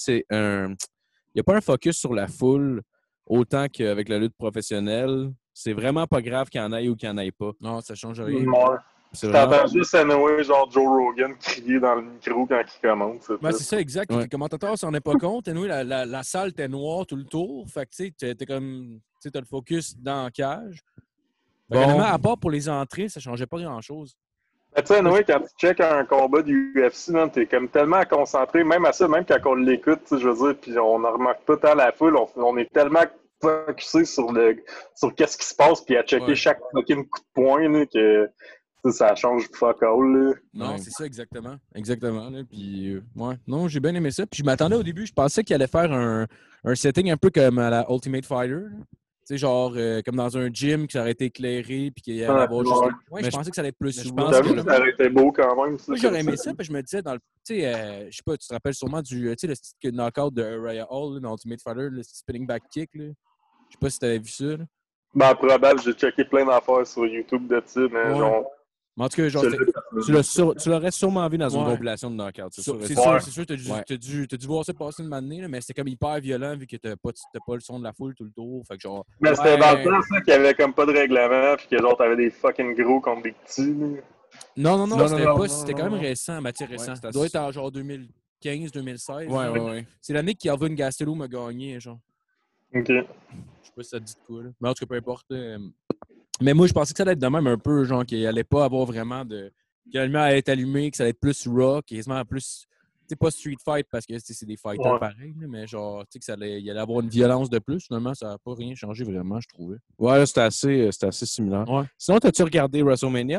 un focus sur la foule autant qu'avec la lutte professionnelle, c'est vraiment pas grave qu'il y en ait ou qu'il n'y en ait pas. Non, ça change rien. Ouais. C'est T'entends juste Noé, genre Joe Rogan, crier dans le micro quand il commence. Ben, c'est ça, exact. Ouais. Les commentateurs s'en est pas compte. Anyway, la salle était noire tout le tour. Fait que tu sais, t'es comme. Tu sais, t'as le focus dans la cage. Fait Bon. à part pour les entrées, ça changeait pas grand-chose. Tu sais, Noé, quand tu checkes un combat du UFC, t'es comme tellement concentré, même à ça, même quand on l'écoute, je veux dire, puis on ne remarque pas tant la foule, on est tellement focusé sur qu'est-ce qui se passe, puis à checker chaque fucking coup de poing, là, que ça change fuck all. Là. Non, c'est ça, exactement. Exactement. Là. Puis, ouais. Non, j'ai bien aimé ça. Puis je m'attendais au début, je pensais qu'il allait faire un setting un peu comme à la Ultimate Fighter. Tu sais, genre, comme dans un gym qui aurait été éclairé, puis qu'il allait avoir juste. Ouais, je pensais que ça allait être plus. Je pense T'as vu que ça aurait été beau quand même. Moi, j'aurais aimé ça, puis je me disais, dans le. Tu sais, je sais pas, tu te rappelles sûrement du. Tu sais, le style knockout de Raya Hall, là, dans Ultimate Fighter, le spinning back kick, là. Je sais pas si t'avais vu ça, là. Ben, probable, j'ai checké plein d'affaires sur YouTube de ça, mais genre. Mais en tout cas, genre, tu l'aurais sûrement vu dans une compilation de knockout. C'est sûr, t'as dû voir ça passer une année, là, mais c'était comme hyper violent vu que t'as pas le son de la foule tout le tour. Fait que genre. Mais c'était dans le temps, ça, qu'il y avait comme pas de règlement, puis que genre, t'avais des fucking gros contre des petits. Non, c'était quand même récent, matière récent. Ça doit être en genre 2015-2016. Ouais. C'est l'année qu'Alvin Gastelum a gagné, genre. Ok. Je sais pas si ça te dit de quoi, là. Mais en tout cas, peu importe. Mais moi, je pensais que ça allait être de même un peu, genre, qu'il allait pas avoir vraiment de. Que la lumière allait être allumée, que ça allait être plus rock, quasiment plus. Tu sais, pas street fight parce que c'est des fighters pareils, mais genre, tu sais, que il allait avoir une violence de plus. Finalement, ça n'a pas rien changé vraiment, je trouvais. Ouais, c'était assez similaire. Ouais. Sinon, t'as-tu regardé WrestleMania?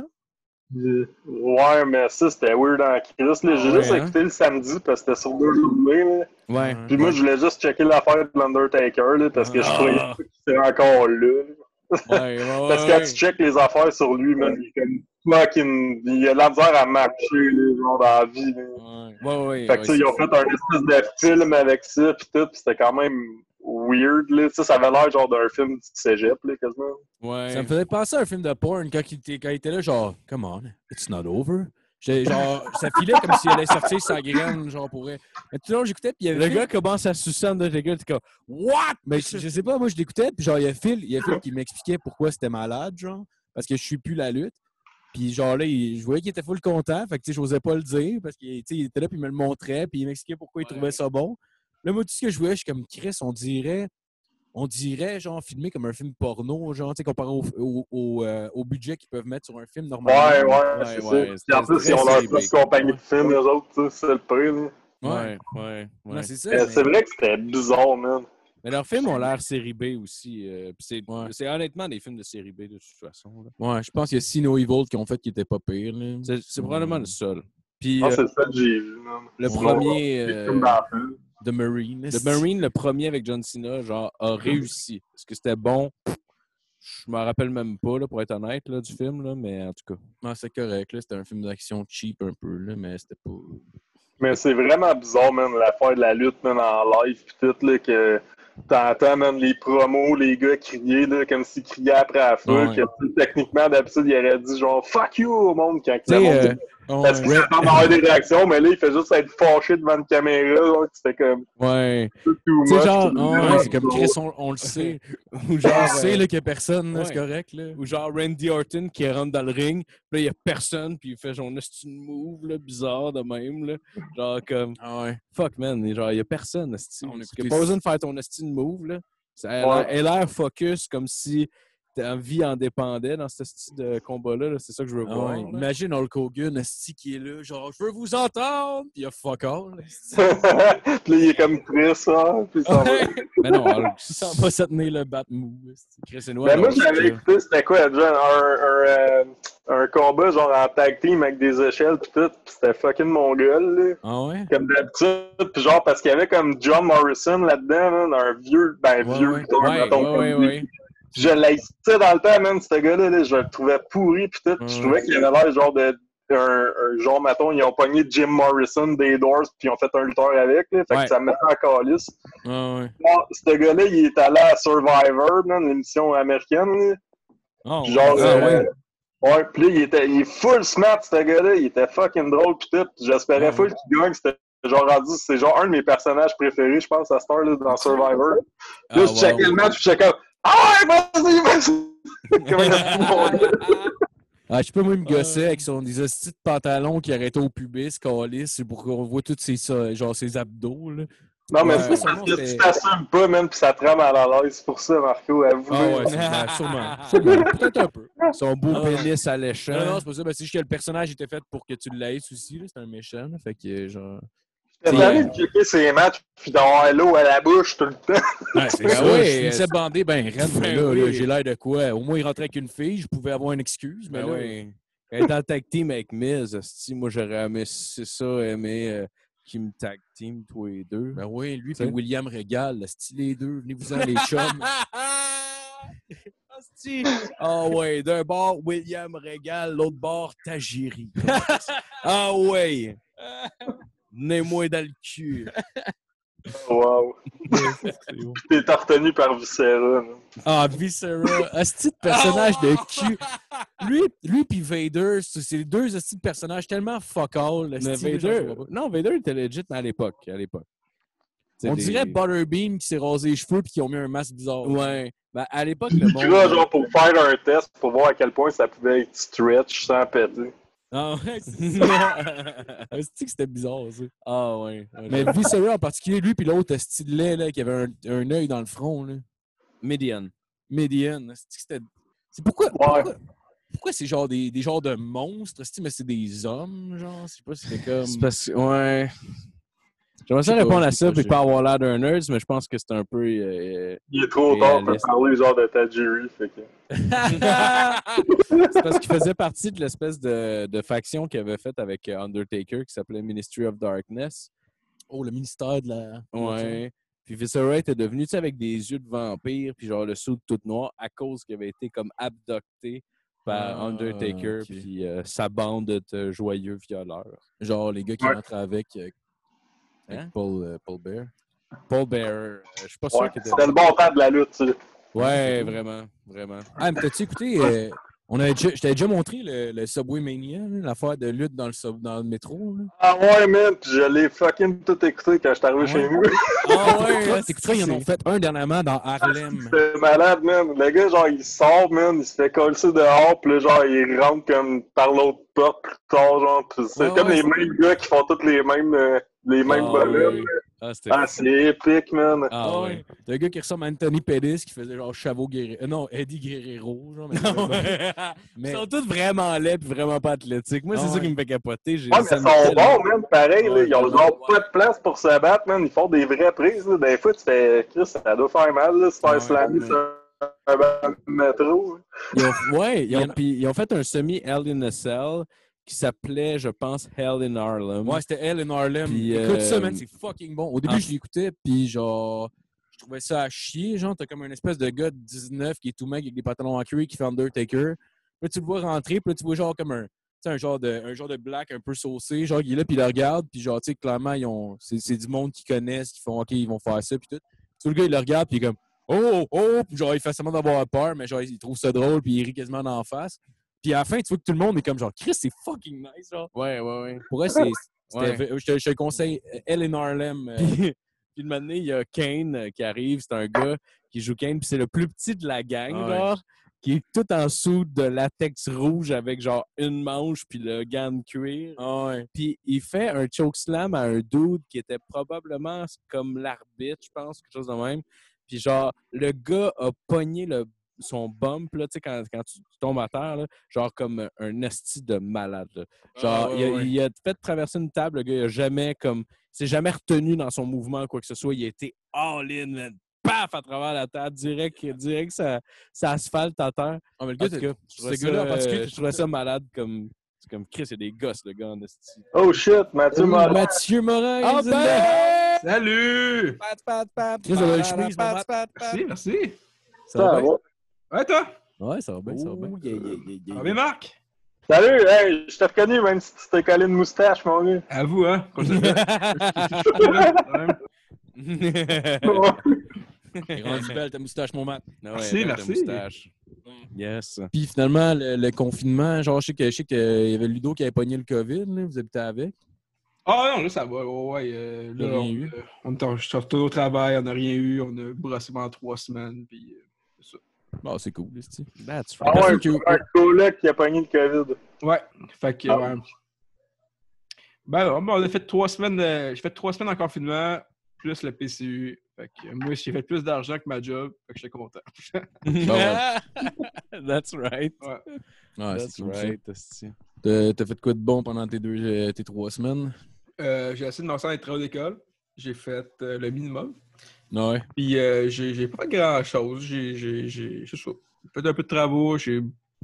Ouais, mais ça, c'était weird en crise. J'ai juste écouté le samedi parce que c'était sur 2 journées. Là. Ouais. Puis moi, je voulais juste checker l'affaire de l'Undertaker parce que je croyais qu'il était encore là. Parce que quand tu checkes les affaires sur lui, man, il est comme fucking. Il a de la misère à marcher, là, genre, dans la vie. Là. Fait que, tu sais, ils ont fait un espèce de film avec ça, pis tout, pis c'était quand même weird, là. Ça avait l'air genre d'un film du cégep, là, quasiment. Ouais. Ça me faisait penser à un film de porn quand il était là, genre, come on, it's not over. Genre, ça filait comme s'il allait sortir sa graine, genre, pour vrai. Mais tout le long, j'écoutais, puis il y avait. Le gars commence à sucer de tes gars, t'es comme, what? Mais je sais pas, moi, je l'écoutais, puis genre, il y a Phil qui m'expliquait pourquoi c'était malade, genre, parce que je suis plus la lutte. Puis genre là, je voyais qu'il était full content, fait que tu sais, j'osais pas le dire, parce qu'il était là, puis il me le montrait, puis il m'expliquait pourquoi il trouvait ça bon. Là, moi, tout ce que je voyais, je suis comme, Chris, on dirait, genre, filmé comme un film porno, genre, tu sais, comparé au budget qu'ils peuvent mettre sur un film normalement. Ouais, c'est ça. Puis en plus, ils ont leur propre compagnie de films, eux autres, tu sais, c'est le prix, là. Ouais. Non, c'est ça. C'est vrai que c'était bizarre, man. Mais leurs films ont l'air série B aussi. C'est honnêtement des films de série B, de toute façon. Là. Ouais, je pense qu'il y a See No Evil qui ont fait qui était pas pire, là. C'est probablement le seul. Puis, c'est ça que j'ai vu, man. Le premier... The Marine. The Marine, le premier avec John Cena, genre, a réussi. Est-ce que c'était bon? Je me rappelle même pas, là, pour être honnête, là, du film, là, mais en tout cas. Non, c'est correct, là. C'était un film d'action cheap un peu, là, mais c'était pas... Mais c'est vraiment bizarre, man, l'affaire de la lutte, man, en live, pis tout, là, que t'entends, man, les promos, les gars crier, là, comme s'ils criaient après la foule, que techniquement, d'habitude, il aurait dit, genre, fuck you au monde, quand le monde... Parce qu'il s'attend à avoir des réactions, mais là, il fait juste être fâché devant une caméra, donc tu fais comme... Ouais. C'est genre, c'est comme Chris, on le sait. Ou genre, on sait qu'il n'y a personne, c'est correct, là. Ou genre Randy Orton qui rentre dans le ring, puis là, il n'y a personne, puis il fait genre une move, là, bizarre de même, là. Genre comme, fuck, man, genre, il n'y a personne, esti. On n'a pas besoin de faire ton esti move, là. Elle a l'air focus, comme si... ta vie en dépendait dans ce style de combat-là. Là. C'est ça que je veux voir. Ouais. Imagine Hulk Hogan, esti qui est là, genre, je veux vous entendre! Puis il y a fuck all. Puis là, il est comme triste, hein, puis ça va. Mais non, Hulk, Ça va se tenir le bat mou. Chris et Ben moi, j'avais écouté, c'était quoi, genre, un combat genre en tag team avec des échelles pis tout, pis c'était fucking mongol, là. Ah ouais? Comme d'habitude, pis genre, parce qu'il y avait comme John Morrison là-dedans, man, un vieux, vieux lutteur, mettons, ouais. Je l'haïssais dans le temps, man, ce gars-là, là, je le trouvais pourri pis tout, pis je trouvais qu'il avait l'air genre de... Un genre, mettons, ils ont pogné Jim Morrison des Doors pis ils ont fait un lutteur avec, là, fait que ça me mettait en calice. Ouais. Bon, ce gars-là, il est allé à Survivor, man, l'émission américaine, là. Oh, Genre, ouais. Ouais, pis là, il est full smart, ce gars-là. Il était fucking drôle, pis tout. J'espérais full qu'il gagne. C'était genre rendu, c'est genre un de mes personnages préférés, je pense, à Star, là, dans Survivor. Là, je checkais le match, pis j'étais comme, ah ouais, vas-y! Comment il a mon gars? Ah, je peux moi me gosser avec des hosties de pantalons qui arrêtaient au pubis, calice, c'est pour qu'on voit tous ses abdos, là. Non, mais c'est parce que tu t'assumes pas, même, pis ça te rend mal à l'aise. C'est pour ça, Marco, avoue. Ah ouais, sûrement. Peut-être un peu. Son beau pénis alléchant. Non, c'est pas ça. Ben, c'est juste que le personnage était fait pour que tu l'haïsses aussi. C'est un méchant. Là. Fait que, genre... J'étais allé de checker ses matchs, puis d'avoir l'eau à la bouche tout le temps. Ouais, c'est ça. Je finissais bandé, là, j'ai l'air de quoi? Au moins, il rentrait avec une fille, je pouvais avoir une excuse. Mais là, oui. Être en tag team avec Miz, moi, j'aurais aimé qui me tag team, toi et deux. Ben oui, lui et William Régal, les deux, venez-vous-en les chums. Ah ouais, d'un bord, William Régal, l'autre bord, Tajiri. Ah ouais! Venez-moi dans le cul. Wow. T'es retenu par Viscera. Ah, Viscera. Asti de personnage de cul. Lui pis Vader, c'est deux asti de personnages tellement fuck all. Mais Vader... Non, Vader était legit, mais à l'époque. On dirait Butterbean qui s'est rasé les cheveux pis qui ont mis un masque bizarre. Ouais. Ben, à l'époque, le monde... genre pour faire un test, pour voir à quel point ça pouvait être stretch sans péter. Ah ouais, c'est ça. C'est que c'était bizarre, ça. Ah ouais. Mais Viscera en particulier, lui puis l'autre style là, qui avait un œil dans le front, là. Midian. C'est pourquoi c'est genre des genres de monstres, mais c'est des hommes, genre? Je sais pas si c'était comme... C'est parce que, ouais... J'aimerais ça répondre à ça, puis pas avoir l'air d'un nerd, mais je pense que c'est un peu... il est trop tard pour parler genre de Tajiri, fait que... C'est parce qu'il faisait partie de l'espèce de faction qu'il avait faite avec Undertaker, qui s'appelait Ministry of Darkness. Oh, le ministère de la... Ouais. Puis Viscera était devenu, tu sais, avec des yeux de vampire, puis genre le soude tout noir, à cause qu'il avait été comme abducté par Undertaker, puis sa bande de joyeux violeurs. Genre les gars qui rentrent avec Paul Bear. Paul Bear, je suis pas sûr qu'il était... C'était le bon temps de la lutte, tu sais. Ouais, vraiment. Ah, mais t'as-tu écouté... je t'avais déjà montré le Subway Mania, l'affaire de lutte dans le métro. Là. Ah ouais, man, je l'ai fucking tout écouté quand je suis arrivé chez nous. Ah ouais, t'écouteras, ils en ont fait un dernièrement dans Harlem. C'était malade, man. Le gars, genre, il sort, man, il se fait coller dehors, pis là, genre, il rentre comme par l'autre porte plus tard, genre, pis c'est comme les mêmes gars qui font tous les mêmes volumes. C'est épique, man. Ah ouais. Le gars qui ressemble à Anthony Pettis qui faisait genre Eddie Guerrero. Genre, mais... Ils sont tous vraiment laids et vraiment pas athlétiques. Moi, c'est ça qui me fait capoter. Mais ils sont bons, man. Pareil, là, ils ont genre pas de place pour se battre, man. Ils font des vraies prises. Là. Des fois, tu fais, Chris, ça doit faire mal, là, se faire slammer sur un banc de métro. Ils ont fait un semi-Hell in a Cell qui s'appelait, je pense, Hell in Harlem. Ouais, c'était Hell in Harlem. Puis, écoute ça, man, c'est fucking bon. Au début, je l'écoutais, puis genre, je trouvais ça à chier. Genre, t'as comme une espèce de gars de 19 qui est tout mec avec des pantalons en cuir qui fait Undertaker. Puis tu le vois rentrer, puis là, tu vois genre comme un genre de black un peu saucé. Genre, il est là, puis il le regarde, puis genre, tu sais, clairement, c'est du monde qu'ils connaissent, qui font, OK, ils vont faire ça, puis tout. Tout le gars, il le regarde, puis il est comme, oh, puis genre, il fait seulement d'avoir peur, mais genre, il trouve ça drôle, puis il rit quasiment d'en face. Puis à la fin, tu vois que tout le monde est comme genre, Chris, c'est fucking nice, genre. Ouais. Pour eux, je te conseille Hell in Harlem. Puis de moment donné, il y a Kane qui arrive, c'est un gars qui joue Kane, puis c'est le plus petit de la gang, genre, qui est tout en dessous de latex rouge avec genre une manche puis le gant de cuir. Puis il fait un chokeslam à un dude qui était probablement comme l'arbitre, je pense, quelque chose de même. Puis genre, le gars a pogné le son bump, là, quand tu tombes à terre, là, genre comme un esti de malade. Là. Genre, il a fait traverser une table, le gars, il s'est jamais retenu dans son mouvement ou quoi que ce soit. Il a été all-in, man. Paf, à travers la table, direct ça asphalte à terre. Ah, mais le gars, je trouvais ça malade comme Chris, il y a des gosses, le gars en esti. Oh shit, Mathieu Morin. Mathieu Morin! Ah ben! Salut! Pat! Chris, j'avais une chemise, Merci. Ça va bien? Ouais, toi? Ouais, ça va bien, ça va bien. Ça va bien, Marc? Salut, hey, je t'ai reconnu même si tu t'es collé une moustache, mon gars. À vous, hein? T'es rendu belle ta moustache, mon mat. Merci. Moustache. Yes. Puis finalement, le confinement, genre, je sais qu'il y avait Ludo qui avait pogné le COVID, là, vous habitez avec. Ah non, là, ça va. Ouais, là, on est retourné au travail, on n'a rien eu, on a brossé pendant 3 semaines, puis c'est ça. Bon, c'est cool, c'est That's Ah right. ouais, un coloc qui a pogné le COVID. Ouais, fait que, ouais. Ben, on a fait 3 semaines, j'ai fait 3 semaines en confinement, plus le PCU. Fait que moi, j'ai fait plus d'argent que ma job, fait que j'étais content. That's right. Ouais. Ouais, That's c'est cool, right. ça. T'as fait quoi de bon pendant tes 3 semaines? J'ai essayé de me lancer dans les travaux d'école. J'ai fait le minimum. Ouais. Puis j'ai pas fait grand-chose. J'ai fait un peu de travaux. J'ai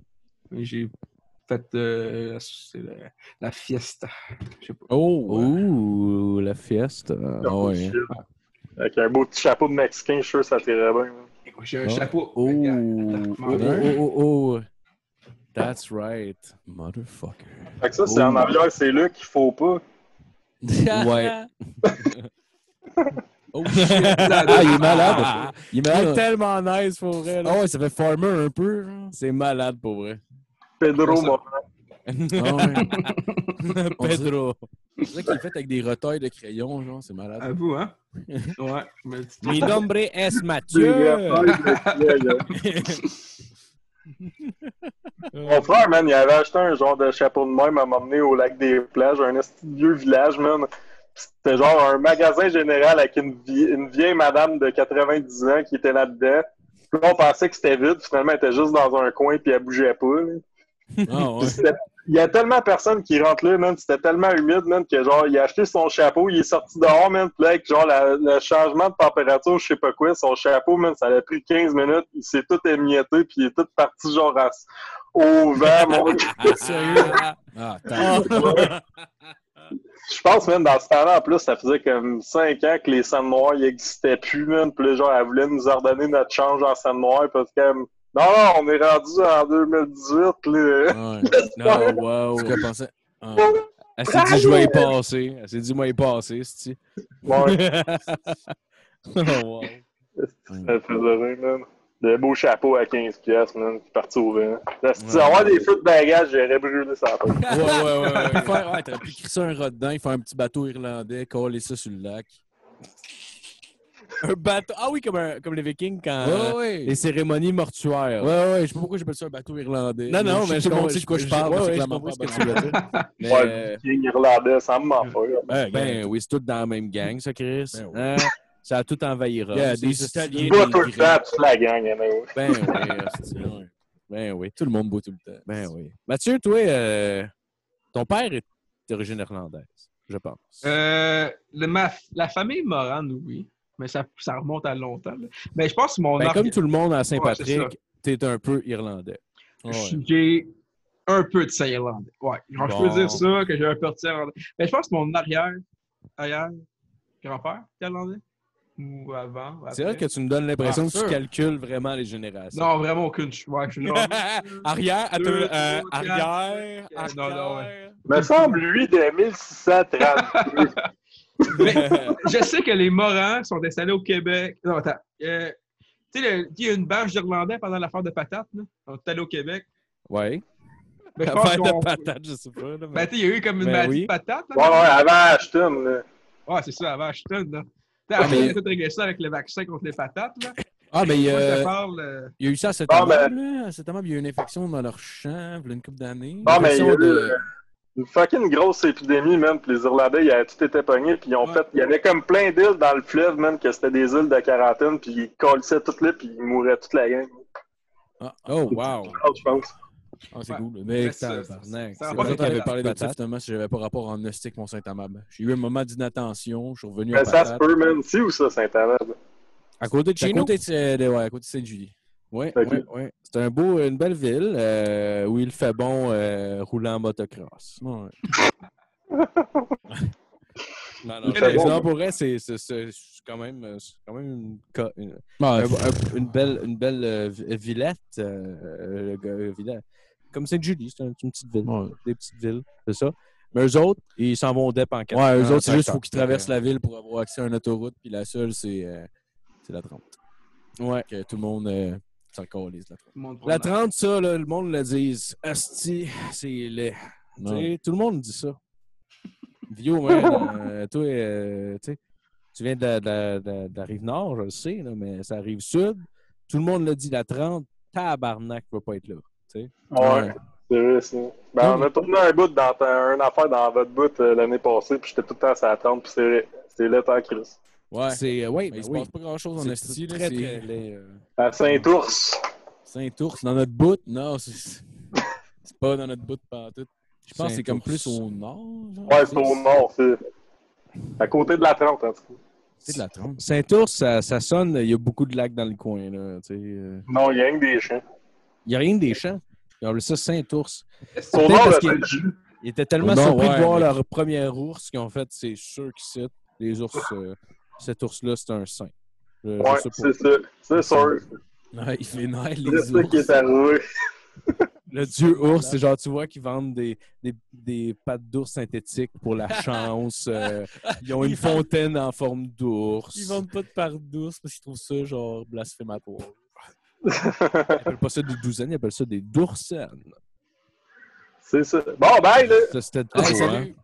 fait la fiesta. Je sais pas. Oh, la fiesta. Ah ouais. Avec un beau petit chapeau de Mexicain, je suis sûr que ça t'irait bien. J'ai un chapeau. Oh. That's right. Motherfucker. Fait que ça, c'est en arrière, c'est là qu'il faut pas. Ouais. Oh shit! Ah, il est malade! Il est tellement nice pour vrai. Là. Ah ouais, ça fait farmer un peu. Genre. C'est malade pour vrai. Pedro Morin. Ah ouais. Pedro. C'est vrai qu'il est fait avec des retailles de crayons, genre, c'est malade. À vous, hein? Ouais. Mi nombre es Mathieu. Mon frère, man, il avait acheté un genre de chapeau de même à m'emmener au lac des Plages, un esti de vieux village, man. C'était genre un magasin général avec une vieille madame de 90 ans qui était là-dedans. Puis là, on pensait que c'était vide, finalement, elle était juste dans un coin puis elle bougeait pas. Ah ouais. Il y a tellement personne qui rentre là, man. C'était tellement humide, man, que genre, il a acheté son chapeau, il est sorti dehors, man. Puis là, avec genre le changement de température, je sais pas quoi, son chapeau, man, ça a pris 15 minutes. Il s'est tout émietté, puis il est tout parti genre au vent, mon gars. Sérieux? Ah, Je pense, même, dans ce temps-là, en plus, ça faisait comme 5 ans que les scènes noires n'existaient plus, man. Puis là, genre, elle voulait nous ordonner notre change en scène noire, parce que non, on est rendu en 2018, là. Ouais. Non, wow. Ce que je pensais. Ah. Elle s'est dit, je vais y passer. Elle s'est dit, moi, y passer, c'est-tu? Ouais. Oh, wow. Ça faisait rire, man. Le beau chapeau à 15$, man, qui est parti au vent. Si avoir des feux de bagage, j'aurais brûlé ça. Ouais. T'aurais pu crisser un rat dedans, il fait un petit bateau irlandais, coller ça sur le lac. Un bateau. Ah oui, comme les Vikings quand. Ouais. Les cérémonies mortuaires. Ouais, je sais pas pourquoi j'appelle ça un bateau irlandais. Non, mais je sais de quoi je parle. Ouais, je comprends ce que tu veux dire. Ouais, Viking irlandais, ça me m'en fait. Ben oui, c'est tout dans la même gang, ça, Chris. Ben Hein? Ça a tout envahira. Yeah, des Italiens. Pas tout le temps, toute la gang, y'en a où. Ben oui, hostie. Ben oui. Tout le monde boit tout le temps. Ben oui. Mathieu, toi, ton père est d'origine irlandaise, je pense. La famille Moran, oui. Mais ça remonte à longtemps. Là. Mais je pense que mon comme tout le monde à Saint-Patrick, ouais, t'es un peu irlandais. Ouais. J'ai un peu de ça irlandais. Ouais. Genre, je peux dire ça, que j'ai un peu de ça irlandais. Mais je pense que mon arrière-grand-père est irlandais. Ou avant. C'est vrai que tu me donnes l'impression que tu calcules vraiment les générations. Non, vraiment aucune. Ouais, je suis genre... arrière. Non, ouais. Me semble, lui, de 1630. Mais, je sais que les Morans sont installés au Québec. Non, attends. Tu sais, il y a une bâche d'Irlandais pendant l'affaire de patates. Là. On est allé au Québec. Oui. L'affaire de patates, je sais pas. Là, mais... il y a eu comme une maladie de patates. Ouais, avant Ashton. Là. Ouais, c'est ça, avant Ashton. Là. Après, il a tout réglé ça avec le vaccin contre les patates. Là. Ah, mais il y a eu ça à cette année. À cette année, il y a eu une infection dans leur champ, il y a une couple d'années. Non, mais il y a eu une fucking grosse épidémie, même. Puis les Irlandais, ils avaient tout été pognés. Puis ils ont fait. Il y avait comme plein d'îles dans le fleuve, même, que c'était des îles de quarantaine. Puis ils collissaient toutes là, puis ils mouraient toute la gang. Oh, wow! Je pense. Ah, c'est cool. Mais ça tabarnak. va C'est pas vrai qu'il avait être parlé de ça, patate. finalement, si j'avais pas rapport en hostique, mon Saint-Amab. J'ai eu un moment d'inattention, je suis revenu en Mais ça se patate. peut, man. C'est où ça, Saint-Amand? À côté de C'est chez à nous? côté de côté de Sainte-Julie. Oui, Ok. oui. C'est une belle ville où il fait bon rouler en motocross. Ouais. Non, Il fait bon, non, pour vrai, c'est quand même Ah, une belle villette. Villette. Comme Sainte-Julie, c'est une petite ville. Ouais. Des petites villes, c'est ça. Mais eux autres, ils s'en vont au DEP en 4 Ouais, eux autres, c'est juste qu'il faut qu'ils traversent la ville pour avoir accès à une autoroute, puis la seule, c'est la 30. Ouais. Que tout le monde s'en calisse, la 30. Tout le monde prend La 30, ça, là, le monde le dise. Asti, c'est laid. Tu sais, tout le monde dit ça. Vio, man, toi, tu sais, tu viens de la Rive-Nord, je le sais, là, mais ça arrive sud. Tout le monde l'a dit, la 30, tabarnak va pas être là. Tu sais. Ouais. C'est vrai, ça. Ben, on a tourné un bout dans une affaire dans votre bout l'année passée, puis j'étais tout le temps sur la 30, puis c'est là, tant Chris. Ouais. C'est, Mais il se passe pas grand-chose en C'est esti, là. très, C'est très laid. À Saint-Ours. Saint-Ours, dans notre bout. Non, c'est pas dans notre bout de pantoute. Je pense que c'est comme Saint-Ours. plus au nord. Genre, Ouais, c'est au nord, c'est à côté de la 30, en tout cas. C'est de la 30. Saint-Ours, ça sonne, il y a beaucoup de lacs dans le coin. Là, tu sais. Non, il y a rien que des chiens. Il n'y a rien que des champs. Ils ont appelé ça Saint-Ours. C'est au Peut-être nord parce de qu'il- Saint-Jules. Ils étaient tellement Au nord, surpris ouais, de voir mais- leur premier ours qu'ils ont fait, c'est sûr qu'ils citent. Les ours, cet ours-là, c'est un saint. Je Ouais, sais pas. c'est ça. C'est sûr. Ouais, il fait naître C'est les ça qui est ours. arrivé. Le dieu ours, c'est genre, tu vois qu'ils vendent des pattes d'ours synthétiques pour la chance. Ils ont une fontaine en forme d'ours. Ils vendent pas de part d'ours parce qu'ils trouvent ça genre blasphématoire. Ils appellent pas ça des douzaines, ils appellent ça des doursaines. C'est ça. Bon, bye, là. Ça, c'était Hey, trop, salut!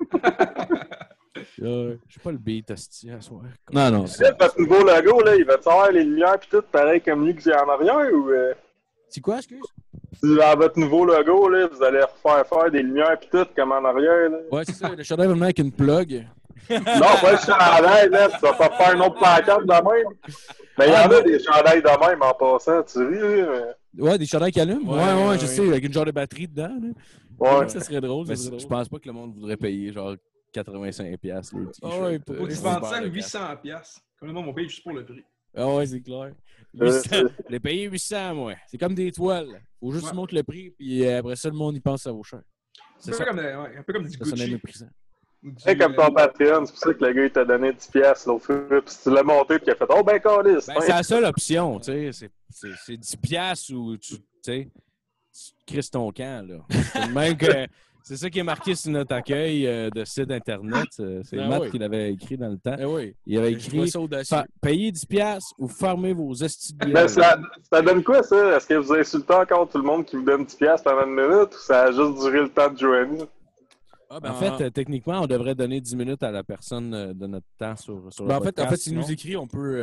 J'ai pas le beat, asti, à soir. Non, non. Là, votre nouveau logo, là, il va te avoir les lumières pis tout pareil comme lui que j'ai en arrière ou C'est quoi, excuse? dans votre nouveau logo, là, vous allez refaire faire des lumières pis tout comme en arrière, là? Ouais, c'est ça. Le chandail va venir avec une plug. Non, pas le chandail, là, tu vas pas faire une autre pancarte de même. Mais il y en a des chandails de même en passant, tu ris, là. Ouais, des chandails qui allument. Ouais, je sais, avec une genre de batterie dedans. Là. Ouais. Ça serait drôle. Mais ça serait je drôle. pense pas que le monde voudrait payer genre 85$ le t-shirt. Ah ouais, Faut qu'ils vendent ça à 800$. Comme le monde, on paye juste pour le prix. Ah ouais, c'est clair. 800. Je l'ai payé 800, moi. C'est comme des toiles. Faut juste Ouais. monter le prix, puis après ça, le monde y pense que ça vaut cher. C'est ça. Un peu comme du Ça sonnait Gucci. méprisant. C'est comme ton Patreon, c'est pour ça que le gars il t'a donné 10$ l'autre fois, pis si tu l'as monté pis qu'il a fait « Oh ben câlisse! Ben, c'est la seule option, tu sais. C'est 10$ où tu sais, tu crisses ton camp, là. C'est le même que. C'est ça qui est marqué sur notre accueil de site Internet. C'est Ah Matt oui. qui l'avait écrit dans le temps. Eh oui. Il avait Je vois écrit ça audacieux. payez 10$ ou fermez vos estis de Ben, gueule. ça donne quoi, ça? Est-ce que vous insultez encore tout le monde qui vous donne 10$ pendant une minute ou ça a juste duré le temps de Joanie? Ah, ben, En fait, techniquement, on devrait donner 10 minutes à la personne de notre temps sur ben, le en fait, podcast, s'il nous sinon- écrit, on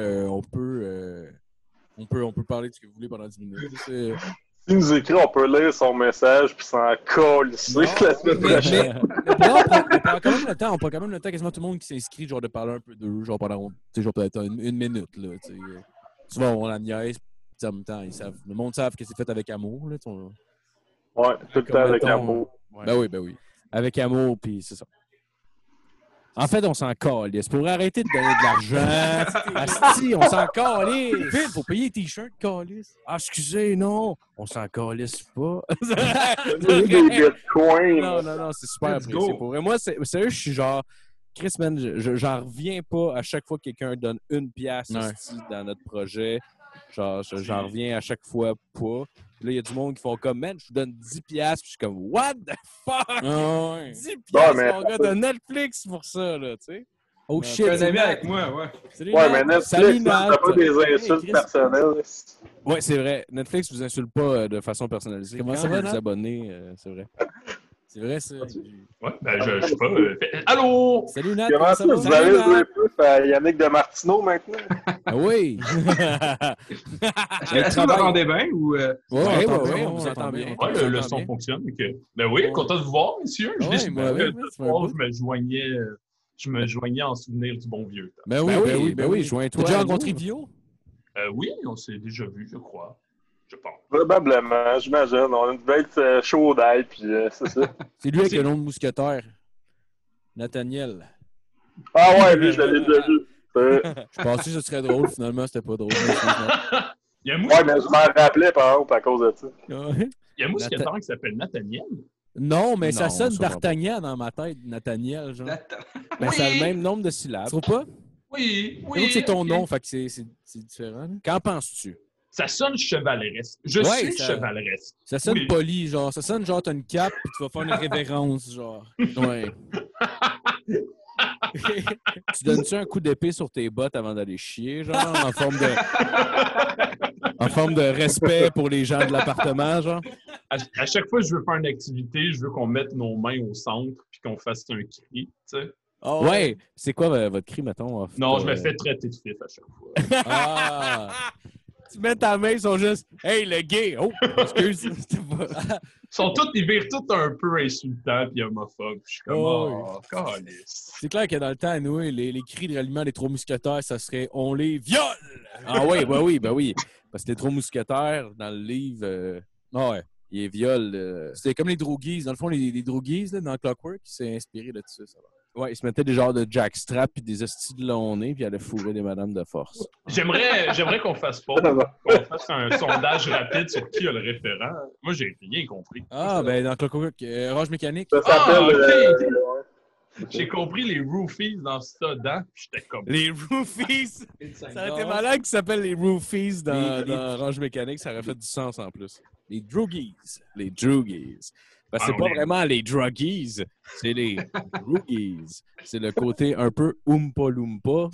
peut parler de ce que vous voulez pendant 10 minutes. C'est- S'il nous écrit, on peut lire son message puis s'en colisser Non, la semaine mais- prochaine. Mais là, on prend quand même le temps. On prend quand même le temps, quasiment tout le monde qui s'inscrit, genre de parler un peu d'eux, genre pendant, tu sais, genre peut-être une minute, là, tu sais. Souvent, on la niaise, puis en même temps, le monde savent que c'est fait avec amour, là, tu sais. Ouais, tout le temps avec mettons, amour. ouais. Ben oui. Avec amour, puis c'est ça. En fait, on s'en calisse. Pour arrêter de donner de l'argent, asti, on s'en calisse. Phil, faut payer les t-shirts, calice. Ah, excusez, non, on s'en calisse pas. Des bitcoins. Non, c'est super Let's apprécié. go. Pour vrai, moi, sérieux, je suis genre, Chris, man, j'en reviens pas à chaque fois que quelqu'un donne une pièce Ouais. dans notre projet. Genre, j'en reviens à chaque fois pas. Là, il y a du monde qui font comme, man, je vous donne 10$, puis je suis comme, what the fuck? Ah ouais. 10$, mais- mon gars, de Netflix pour ça, là, tu sais. Oh J'ai shit, un c'est ami Nat. avec moi, ouais. Salut, Ouais, Nat. mais Netflix, Salut, là, t'as Nat. pas des Hey, insultes Chris. personnelles. Ouais, c'est vrai. Netflix vous insulte pas de façon personnalisée. Comment Quand ça va, vous Nat? vous abonnez, c'est vrai. C'est vrai, ça. Ouais, ben je sais pas. Allô? Salut, Nat. Comment ça, vous Salut, allez Nat. jouer plus à Yannick de Martineau maintenant? Ah oui. Est-ce que vous m'entendez bien ou. Ouais, on vous entend bien. Ouais, le son fonctionne. Ben oui, content de vous voir, messieurs. Je Ouais, dis ben oui, que ça ce fait un soir, bout. je me joignais en souvenir du bon vieux temps. Ben Ben oui, oui. joins-toi. T'as déjà à rencontré nous. Vio? Oui, on s'est déjà vu, je crois. je pense. Probablement, j'imagine. On devait être chaud d'ail, puis c'est ça. C'est lui avec le nom de mousquetaire. Nathaniel. Ah ouais, lui, je l'avais déjà vu. Je pensais que ce serait drôle, finalement, c'était pas drôle. Il y a un Ouais, mais je m'en rappelais, par exemple, à cause de ça. Ouais. Il y a un mousquetaire qui s'appelle Nathaniel. Non, mais ça Non, sonne ça va d'Artagnan dans ma tête, Nathaniel, genre. Mais Oui. ça a le même nombre de syllabes. Tu trouves pas? Oui, L'autre, c'est ton ok. nom, fait que c'est différent. Là. Qu'en penses-tu? Ça sonne chevaleresque. Je Ouais, suis ça- chevaleresque. Ça sonne Oui. poli, genre. Ça sonne genre t'as une cape puis tu vas faire une révérence, genre. Ouais. Tu donnes-tu un coup d'épée sur tes bottes avant d'aller chier, genre, en forme de respect pour les gens de l'appartement, genre? À chaque fois que je veux faire une activité, je veux qu'on mette nos mains au centre puis qu'on fasse un cri, tu sais. Oh, ouais. C'est quoi votre cri, mettons? Non, je me fais traiter de fif à chaque fois. Ah! Tu mets ta main, ils sont juste « Hey, le gay! » Oh, excuse. Ils virent tous un peu insultants puis homophobes. Je suis comme, Oh, calice. C'est clair que dans le temps, nous, les cris de ralliement des trois mousquetaires, ça serait « On les viole! » Ah oui, ben oui. Parce que les trois mousquetaires, dans le livre, ouais, ils les violent. C'était comme les droguises. Dans le fond, les droguises, là, dans Clockwork, qui s'est inspiré de ça. Ouais, ils se mettaient des genres de jackstrap puis des hosties de long nez puis ils allaient fourrer des madames de force. J'aimerais qu'on fasse un sondage rapide sur qui a le référent. Moi, j'ai rien compris. Ah, ben dans Clockwork, Orange Mécanique. Ça s'appelle... OK. J'ai compris les roofies dans ça dedans, puis j'étais comme... Les Roofies! Ça aurait été malade qu'ils s'appellent les Roofies dans Orange Mécanique, ça aurait fait du sens en plus. Les Droogies. Les Droogies. Parce que c'est pas vraiment les Druggies, c'est les Droogies. C'est le côté un peu Oompa Loompa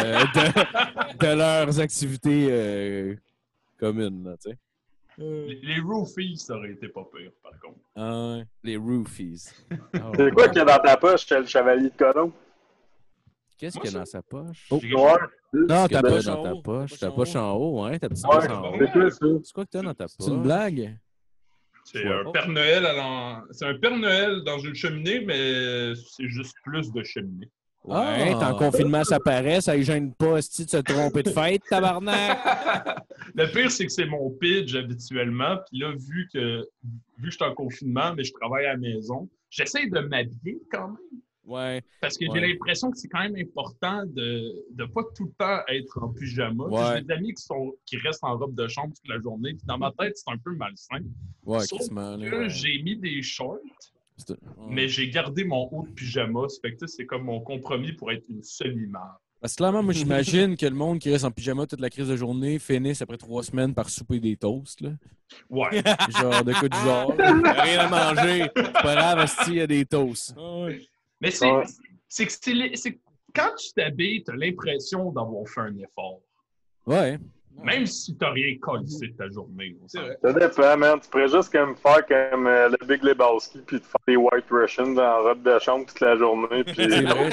de leurs activités communes, là, tu sais. Les roofies, ça aurait été pas pire, par contre. Les Roofies. Oh, C'est quoi qu'il y a dans ta poche, le chevalier de colon? Qu'est-ce qu'il y a dans sa poche? Non, Ta poche dans ta poche. Ta poche en haut, hein? Ta petite Ouais, poche en haut. C'est quoi que t'as dans ta poche? C'est une blague? C'est un Père Noël C'est un Père Noël dans une cheminée, mais c'est juste plus de cheminée. Ouais, t'es en confinement, ça paraît, ça ne gêne pas de se tromper de fête, tabarnak! Le pire, c'est que c'est mon pitch habituellement. Puis là, vu que je suis en confinement, mais je travaille à la maison, j'essaie de m'habiller quand même. Ouais. Parce que j'ai l'impression que c'est quand même important de ne pas tout le temps être en pyjama. Ouais. J'ai des amis qui restent en robe de chambre toute la journée. Puis dans ma tête, c'est un peu malsain. Ouais, sauf que j'ai mis des shorts, mais j'ai gardé mon haut de pyjama. Fait que c'est comme mon compromis pour être une semi-mare. Parce que clairement, moi, j'imagine que le monde qui reste en pyjama toute la crise de journée finisse après 3 semaines par souper des toasts. Là. Ouais. Genre, de coup du genre. Rien à manger. C'est pas grave, asti, il y a des toasts. Mais c'est que quand tu t'habilles, tu as l'impression d'avoir fait un effort. Ouais. Même si tu n'as rien collé de ta journée. Ça dépend, man. Tu pourrais juste comme faire comme le Big Lebowski puis te faire des White Russians en robe de chambre toute la journée. Puis...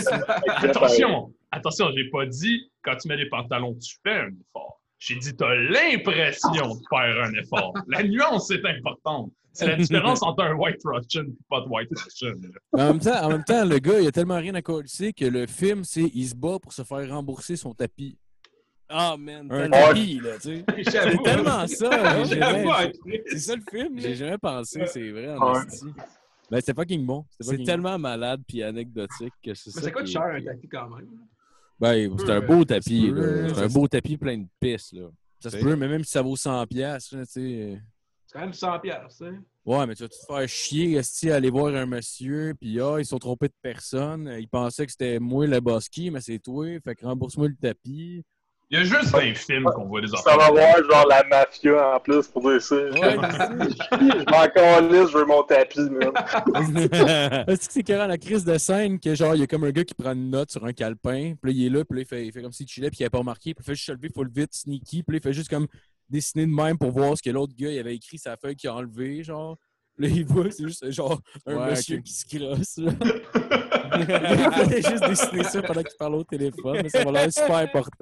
Attention, j'ai pas dit quand tu mets des pantalons, tu fais un effort. J'ai dit tu as l'impression de faire un effort. La nuance est importante. C'est la différence entre un White Russian et pas de White Russian. En même temps, le gars, il a tellement rien à coller que le film, c'est il se bat pour se faire rembourser son tapis. Ah, man, un tapis, là, tu sais. C'est tellement ça. C'est ça le film. J'ai jamais pensé, c'est vrai, en esti. Ben, c'était fucking bon. C'est tellement malade puis anecdotique que c'est ça. Mais ça coûte cher, un tapis, quand même. Ben, c'est un beau tapis, là. C'est un beau tapis plein de pistes, là. Ça se peut, mais même si ça vaut 100$, tu sais... C'est quand même 100$, hein? Ouais, mais tu vas te faire chier, esti, à aller voir un monsieur, puis ils sont trompés de personne. Ils pensaient que c'était moi le bosky, mais c'est toi. Fait que rembourse-moi le tapis. Il y a juste un film qu'on voit des enfants. Ça va voir genre la mafia en plus pour dire ça. Ouais, je m'en calisse, je veux mon tapis, man. Est-ce que c'est carrément la crise de scène que genre il y a comme un gars qui prend une note sur un calepin, puis là il est là, puis là il fait comme s'il chillait, puis il n'avait pas remarqué, puis il fait juste se lever full vite, sneaky, puis là il fait juste comme dessiner de même pour voir ce que l'autre gars il avait écrit sa feuille qu'il a enlevé, genre. Là, il voit, c'est juste genre un monsieur qui se crosse, là. Il fallait juste dessiner ça pendant qu'il parle au téléphone, mais ça va l'air super important.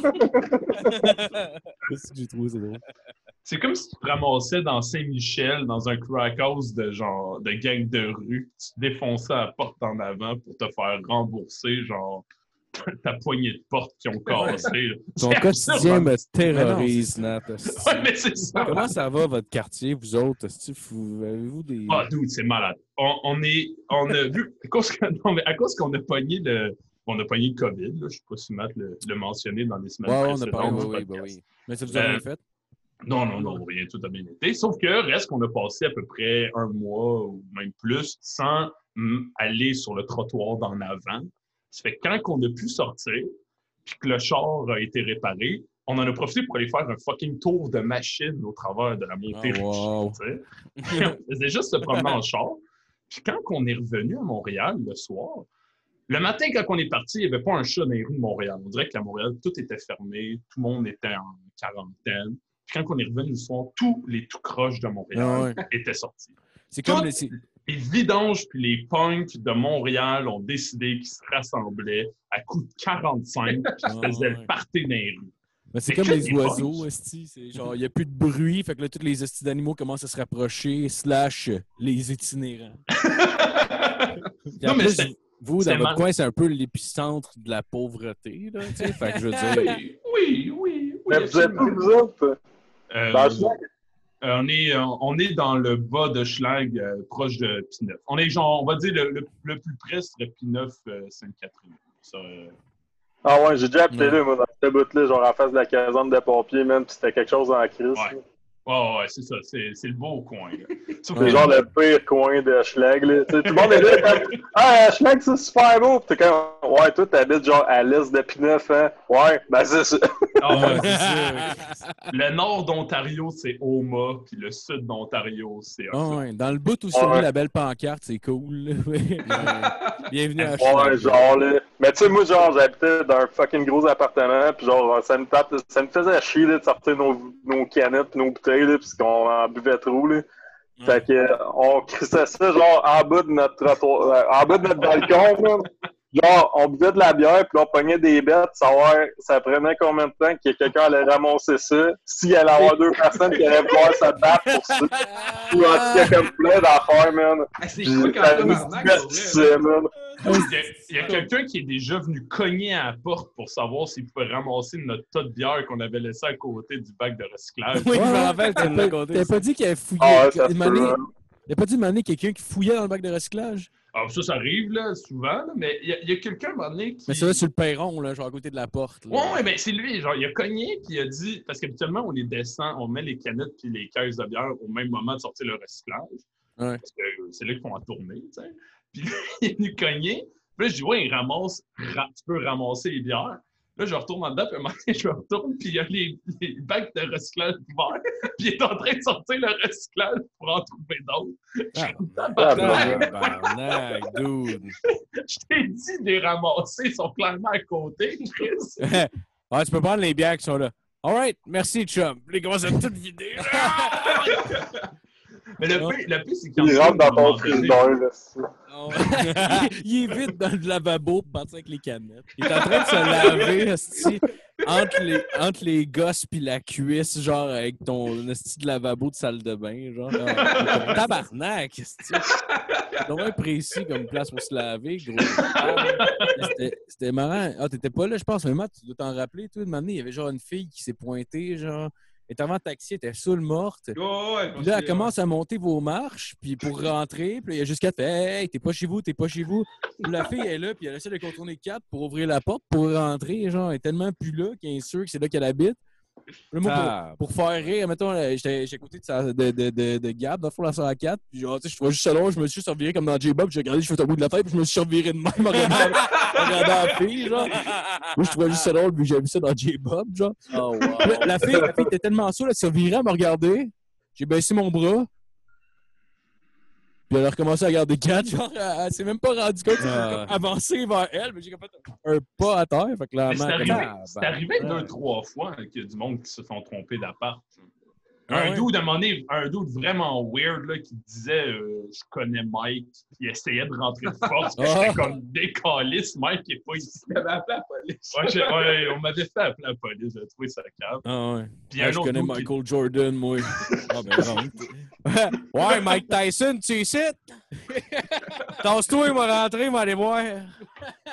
C'est que j'ai trouvé, c'est drôle. C'est comme si tu te ramassais dans Saint-Michel, dans un crack house de genre de gang de rue, tu te défonçais à la porte en avant pour te faire rembourser genre ta poignée de porte qui ont cassé. Ton quotidien me terrorise, Nat. Ouais, mais c'est ça. Comment ça va, votre quartier, vous autres? Avez-vous des... Ah, dude, c'est malade. On a vu... À cause qu'on a pogné le... On a pogné le COVID, là. Je ne sais pas si Matt le mentionné dans les semaines précédentes. On a parlé, oui. Mais ça vous a rien fait? Non, rien, tout a bien été. Sauf que reste qu'on a passé à peu près 1 mois ou même plus sans aller sur le trottoir d'en avant. Ça fait que quand on a pu sortir, puis que le char a été réparé, on en a profité pour aller faire un fucking tour de machine au travers de la montée Richelieu. On faisait juste se promener en char. Puis quand on est revenu à Montréal le soir, le matin, quand on est parti, il n'y avait pas un chat dans les rues de Montréal. On dirait qu'à Montréal, tout était fermé, tout le monde était en quarantaine. Puis quand on est revenu le soir, tous les tout croches de Montréal étaient sortis. C'est comme les vidanges puis les punks de Montréal ont décidé qu'ils se rassemblaient à coups de 45 qui faisaient le party dans les rues. Mais c'est comme les oiseaux, esti. C'est genre, il n'y a plus de bruit, fait que là, tous les estis d'animaux commencent à se rapprocher, / les itinérants. Non, mais vous, dans votre coin, c'est un peu l'épicentre de la pauvreté, là, tu sais. Fait que je veux dire... Oui. Mais vous êtes où, vous autres? Dans Schlag? On est dans le bas de Schlag, proche de P9. On est genre, on va dire, le plus près serait P9, Sainte-Catherine. Ah ouais, j'ai déjà habité là, moi, dans cette bout-là, genre en face de la caserne des pompiers, même, pis c'était quelque chose en crise. Ouais, c'est ça. C'est le beau coin. C'est genre le pire coin de Schlag, là. Tout le monde est là comme « Ah, Schlag, c'est super beau! » Pis t'es comme « Ouais, toi, t'habites genre à l'est de P9, hein? » Ouais, ben c'est ça. Le nord d'Ontario, c'est Houma, puis le sud d'Ontario, c'est ouais, dans le bout où sur la belle pancarte, c'est cool. Bienvenue à Schlag. Ouais, genre là. Mais tu sais, moi, genre, j'habitais dans un fucking gros appartement, pis genre, ça me faisait chier là, de sortir nos canettes pis nos bouteilles, là, puisqu'on en buvait trop, là. Fait que, on crissait ça, genre, en bas de notre trottoir, en bas de notre balcon, là. Genre, on buvait de la bière, puis on pognait des bêtes, savoir ça prenait combien de temps que quelqu'un allait ramasser ça, s'il allait avoir 2 personnes qui allaient vouloir se battre pour ça. Ou en tout cas, comme plein d'affaires, man. C'est quoi quand man. Il y a quelqu'un qui est déjà venu cogner à la porte pour savoir s'il pouvait ramasser notre tas de bière qu'on avait laissé à côté du bac de recyclage. Oui, je me rappelle, t'avais pas dit qu'il avait fouillé. Il n'a pas dit de m'amener quelqu'un qui fouillait dans le bac de recyclage? Alors ça arrive là, souvent, là, mais il y a quelqu'un à un moment donné qui... Mais c'est là sur le perron, là, genre à côté de la porte. Là. Ouais, ben c'est lui, genre il a cogné puis il a dit... Parce qu'habituellement, on les descend, on met les canettes puis les caisses de bière au même moment de sortir le recyclage. Ouais. Parce que c'est là qu'ils font en tournée, tu sais. Puis là, il est venu cogner. Puis là, je dis, ouais, il ramasse, tu peux ramasser les bières. Là, je retourne en dedans, puis à un moment donné, je me retourne, puis il y a les bacs de recyclage ouverts, puis il est en train de sortir le recyclage pour en trouver d'autres. Tabarnak, dude! Je t'ai dit de les ramasser, ils sont clairement à côté, Chris. Ouais, tu peux prendre les bières qui sont là. All right, merci, chum. Les commencent à tout vider. Mais le pire, c'est qu'il rentre dans ton frigidaire, là. Il est vite dans le lavabo pour partir avec les canettes. Il est en train de se laver, hostie, entre les gosses pis la cuisse, genre avec ton hostie de lavabo de salle de bain, genre. Tabarnak, hostie. C'est vraiment précis comme place pour se laver, gros. C'était marrant. Ah, t'étais pas là, je pense. Mais moi, tu dois t'en rappeler, toi, de m'amener, il y avait genre une fille qui s'est pointée, genre. Elle était avant le taxi, elle était saoule morte. Oh, ouais, puis là, elle commence à monter vos marches, puis pour rentrer, puis il y a jusqu'à fait « Hey, t'es pas chez vous, t'es pas chez vous. » La fille est là, puis elle essaie de contourner 4 pour ouvrir la porte, pour rentrer. Genre, elle est tellement plus là qu'elle est sûre que c'est là qu'elle habite. Là, moi, pour faire rire, mettons, j'étais à côté de Gab, dans le fond, la 104, puis genre, tu sais, je trouvais juste ça long, je me suis surviré comme dans J-Bob, j'ai regardé, je fais au bout de la tête, puis je me suis surviré de même en regardant la fille, genre. Moi, je trouvais juste ça drôle, puis j'ai vu ça dans J-Bob, genre. Oh, wow. La fille était tellement saoule, elle s'est virée à me regarder, j'ai baissé mon bras, puis elle a recommencé à regarder Kat, genre, elle s'est même pas rendue compte, elle avancé vers elle, mais j'ai fait un pas à terre, fait que là, c'est arrivé 2-3 fois qu'il y a du monde qui se sont trompés d'appart. Un dude, à un moment donné, un dude vraiment weird là, qui disait je connais Mike, il essayait de rentrer de force, puis j'étais comme décaliste, Mike il est pas ici. Il avait appelé la police. Ouais, on m'avait fait appeler la police, j'ai trouvé ça cave. Ah ouais. Puis je connais Michael Jordan, moi. Ah ben rentre. Ouais, Mike Tyson, tu es ici? Tasse-toi, il m'a rentré, il m'a allé voir.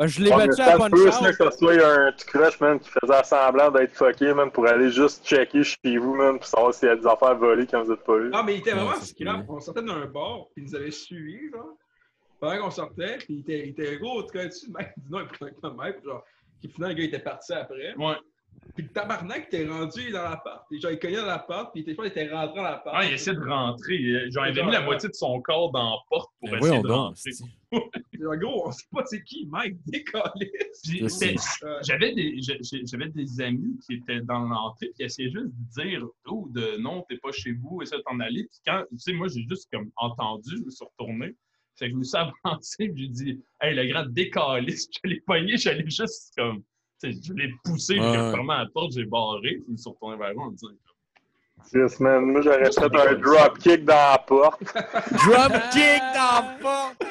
Ben, je l'ai battu à Punch Out. Out. Que ce soit un petit crush, man, qui faisait semblant d'être fucké, man, pour aller juste checker chez vous, man, pour savoir s'il y a des affaires volées quand vous êtes pas là. Ah, mais il était vraiment scrap. On sortait d'un bar, puis il nous avait suivis, genre. Pendant qu'on sortait, puis il était gros, au train dessus, le mec, dis non, il prenait un kilomètre, genre. Puis finalement, le gars, il était parti après. Ouais. Puis le tabarnak était rendu dans l'appart. Genre, il cognait dans l'appart, puis il était rentré dans l'appart. Ah, il essayait de rentrer. Genre, il avait mis la moitié de son corps dans la porte pour essayer de rentrer. En gros, on sait pas c'est qui, Mike, décalé. J'avais des amis qui étaient dans l'entrée qui essayaient juste de dire oh, non, t'es pas chez vous, essaie de t'en aller. Puis quand, tu sais, moi, j'ai juste comme entendu, je me suis retourné. Fait que je me suis avancé et j'ai dit hey, le grand décaliste, je l'ai pogné, j'allais juste comme. Je l'ai poussé, puis j'ai fermé la porte, j'ai barré, puis je me suis retourné vers moi en me disant. Yes, man. Moi, j'aurais fait un dropkick dans la porte. Dropkick dans la porte!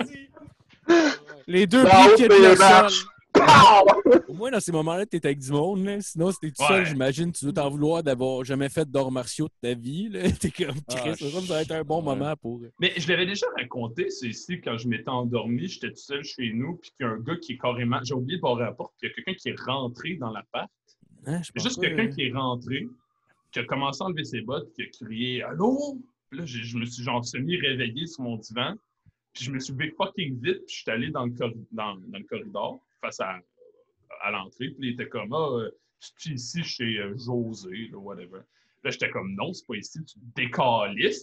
Les deux pieds qui étaient le sol. Au moins, dans ces moments-là, t'es avec du monde. Là. Sinon, si t'es tout seul, j'imagine, tu dois t'en vouloir d'avoir jamais fait d'arts martiaux de ta vie. Là. T'es comme Chris. Ça va être un bon moment pour... Mais je l'avais déjà raconté, c'est ici, quand je m'étais endormi, j'étais tout seul chez nous, puis qu'il y a un gars qui est carrément... J'ai oublié de barrer la porte, puis il y a quelqu'un qui est rentré dans l'appart. Juste quelqu'un qui est rentré, qui a commencé à enlever ses bottes, qui a crié « Allô? » Puis là, je me suis genre semi-réveillé sur mon divan, puis je me suis levé fucking vite, puis je suis allé dans le corridor, face à l'entrée, puis il était comme « Ah, c'est ici chez José, là, whatever. » Là, j'étais comme « Non, c'est pas ici, tu décalistes. »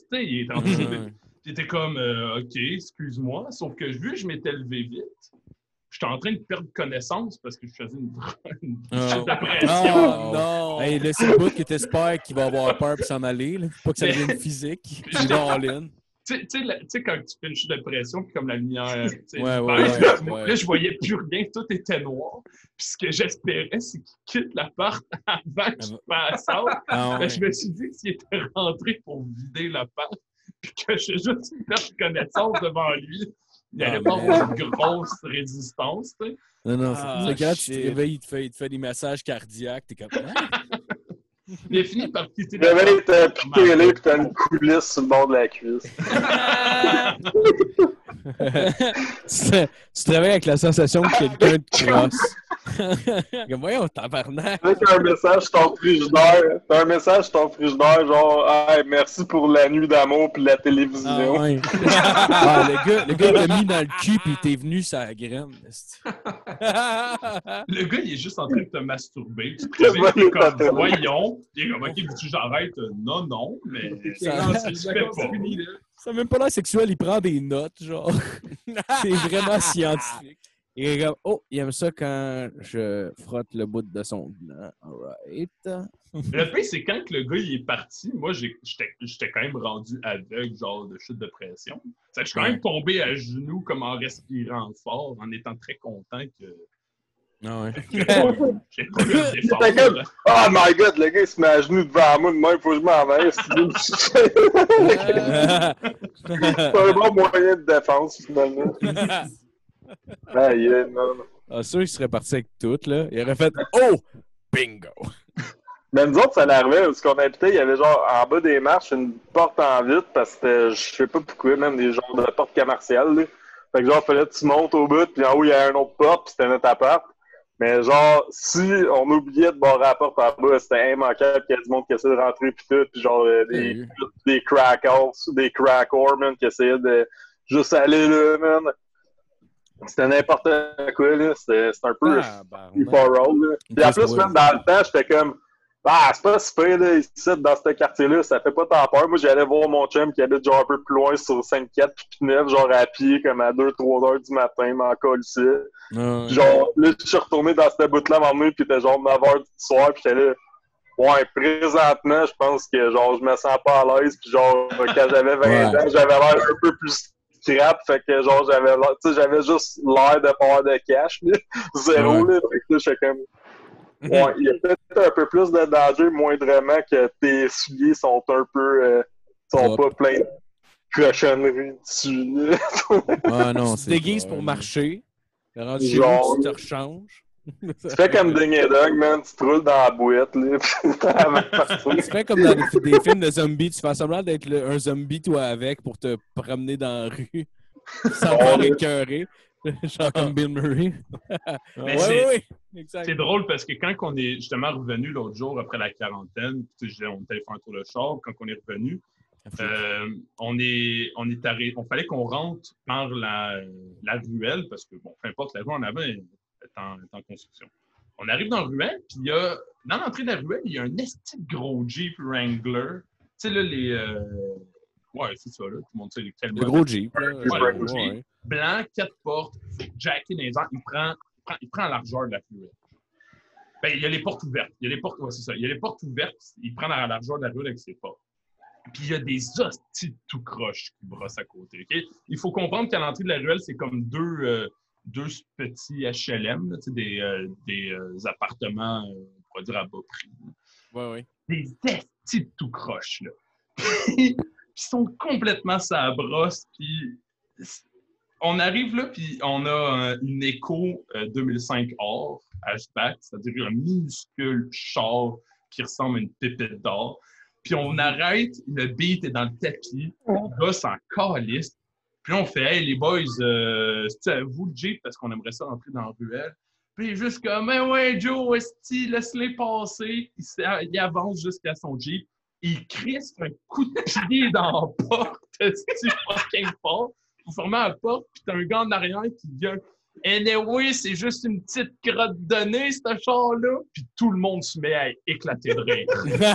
Il était en train de... Il était comme « OK, excuse-moi. » Sauf que vu que je m'étais levé vite, j'étais en train de perdre connaissance parce que je faisais une chute de pression. Oh non! Hey, là, c'est le bout qui t'espère qu'il va avoir peur et s'en aller. Là. Pas que ça devienne physique. Il va en ligne. Tu sais, quand tu fais une chute de pression, puis comme la lumière. Ouais. Là, je voyais plus rien, tout était noir. Puis ce que j'espérais, c'est qu'il quitte l'appart avant que je passe out. Je me suis dit que s'il était rentré pour vider l'appart, puis que je juste perdre connaissance devant lui, il allait pas avoir une grosse résistance. Tu sais. Non, c'est quand tu te réveilles, il te fait des massages cardiaques, t'es comme. Il a fini par quitter la porte. Il t'as piqué là, puis t'as une coulisse sur le bord de la cuisse. Tu travailles avec la sensation que quelqu'un te crosse. Comme, voyons, tabarnak. T'as un message sur ton frigidaire. T'as un message sur ton frigidaire, genre, hey, merci pour la nuit d'amour puis la télévision. Ah, ouais. Le gars t'a mis dans le cul puis t'es venu sur la graine. Le gars, il est juste en train de te masturber. Tu te réveilles, t'es comme, voyons. Il est comme, ok, veux-tu que j'arrête? Non, mais ça se fait pas. Ça n'a même pas l'air sexuel, il prend des notes, genre. C'est vraiment scientifique. Il est comme, oh, il aime ça quand je frotte le bout de son gland. Alright. Le pire, c'est quand le gars il est parti, moi, j'étais quand même rendu aveugle, genre de chute de pression. Je suis quand même tombé à genoux comme en respirant fort, en étant très content que... Ah ouais. J'ai pas eu le défendre. Oh my god, le gars il se met à genoux devant moi de même, faut que je m'en aille. C'est pas un bon moyen de défense, finalement. Non. Ah, sûr, il serait parti avec tout, là. Il aurait fait « Oh! Bingo! » Mais nous autres, ça l'arrivait, parce qu'on habitait, il y avait genre en bas des marches une porte en vitre, parce que je sais pas pourquoi, même des genres de portes commerciales, là. Fait que genre, fallait que tu montes au bout, puis en haut, il y avait une autre porte, puis c'était notre appart. Mais genre, si on oubliait de barrer la porte en bas, c'était immanquable qu'il y ait du monde qui essayait de rentrer pis tout, pis genre des crackers, des crackers, man, qui essayaient de juste aller là, man. C'était n'importe quoi, là. C'était un peu free for all, là. Pis en plus, même dans le temps, j'étais comme, c'est pas si pire, là, ici, dans ce quartier-là, ça fait pas tant peur. Moi, j'allais voir mon chum qui habite genre un peu plus loin sur 5-4 puis 9, genre à pied, comme à 2-3 heures du matin, m'en colle ici. Genre, là, je suis retourné dans cette bout-là à m'emmener, puis c'était genre 9 heures du soir, puis j'étais là, ouais, présentement, je pense que genre, je me sens pas à l'aise, puis genre, quand j'avais 20 ans, j'avais l'air un peu plus scrap, fait que genre, j'avais juste l'air de pas avoir de cash, là. Zéro, là, fait que là, j'étais comme... Ouais, il y a peut-être un peu plus de danger, moindrement, que tes souliers sont un peu... sont pas pleins de cochonneries dessus. Ah non, c'est... Tu te déguises pour marcher. Rendu chez genre... tu te rechanges. Tu fais comme Ding et Dog, man. Tu te roules dans la boîte, là. Tu fais comme dans des films de zombies. Tu fais semblant d'être un zombie, toi, avec, pour te promener dans la rue. Sans faire écœurer. Genre comme Bill Murray. Mais exact. C'est drôle parce que quand on est justement revenu l'autre jour après la quarantaine, on était allé faire un tour de char, quand on est revenu, on fallait qu'on rentre par la ruelle parce que, bon, peu importe, la rue en avant est en construction. On arrive dans la ruelle, puis dans l'entrée de la ruelle, il y a un esti de gros Jeep Wrangler. Tu sais, là, ouais, c'est ça, là. Tout le monde sait lesquels. Le gros Jeep. Le gros Jeep. Blanc, 4 portes, jacké dans les airs. Il prend la largeur de la ruelle. Ben, il y a les portes ouvertes. C'est ça. Il y a les portes ouvertes. Il prend la largeur de la ruelle avec ses portes. Puis il y a des hosties tout croches qui brossent à côté. Okay? Il faut comprendre qu'à l'entrée de la ruelle, c'est comme deux petits HLM, là, des appartements, on pourrait dire à bas prix. Ouais. Des hosties tout croches, là. Ils sont complètement sa brosse. Puis on arrive là, puis on a une Echo 2005 or, hatchback, c'est-à-dire un minuscule char qui ressemble à une pépite d'or. Puis on arrête, le beat est dans le tapis, le gars s'en calisse. Puis on fait « Hey, les boys, c'est à vous le Jeep parce qu'on aimerait ça rentrer dans la ruelle. » Puis il est juste comme « Mais ouais, Joe, esti, laisse-les passer. » Il avance jusqu'à son Jeep. Il crisse un coup de pied dans la porte. C'est fucking fort. Vous fermez la porte, puis t'as un gars en arrière qui gueule « Anyway, c'est juste une petite crotte de nez, ce char-là. » Puis tout le monde se met à éclater de rire.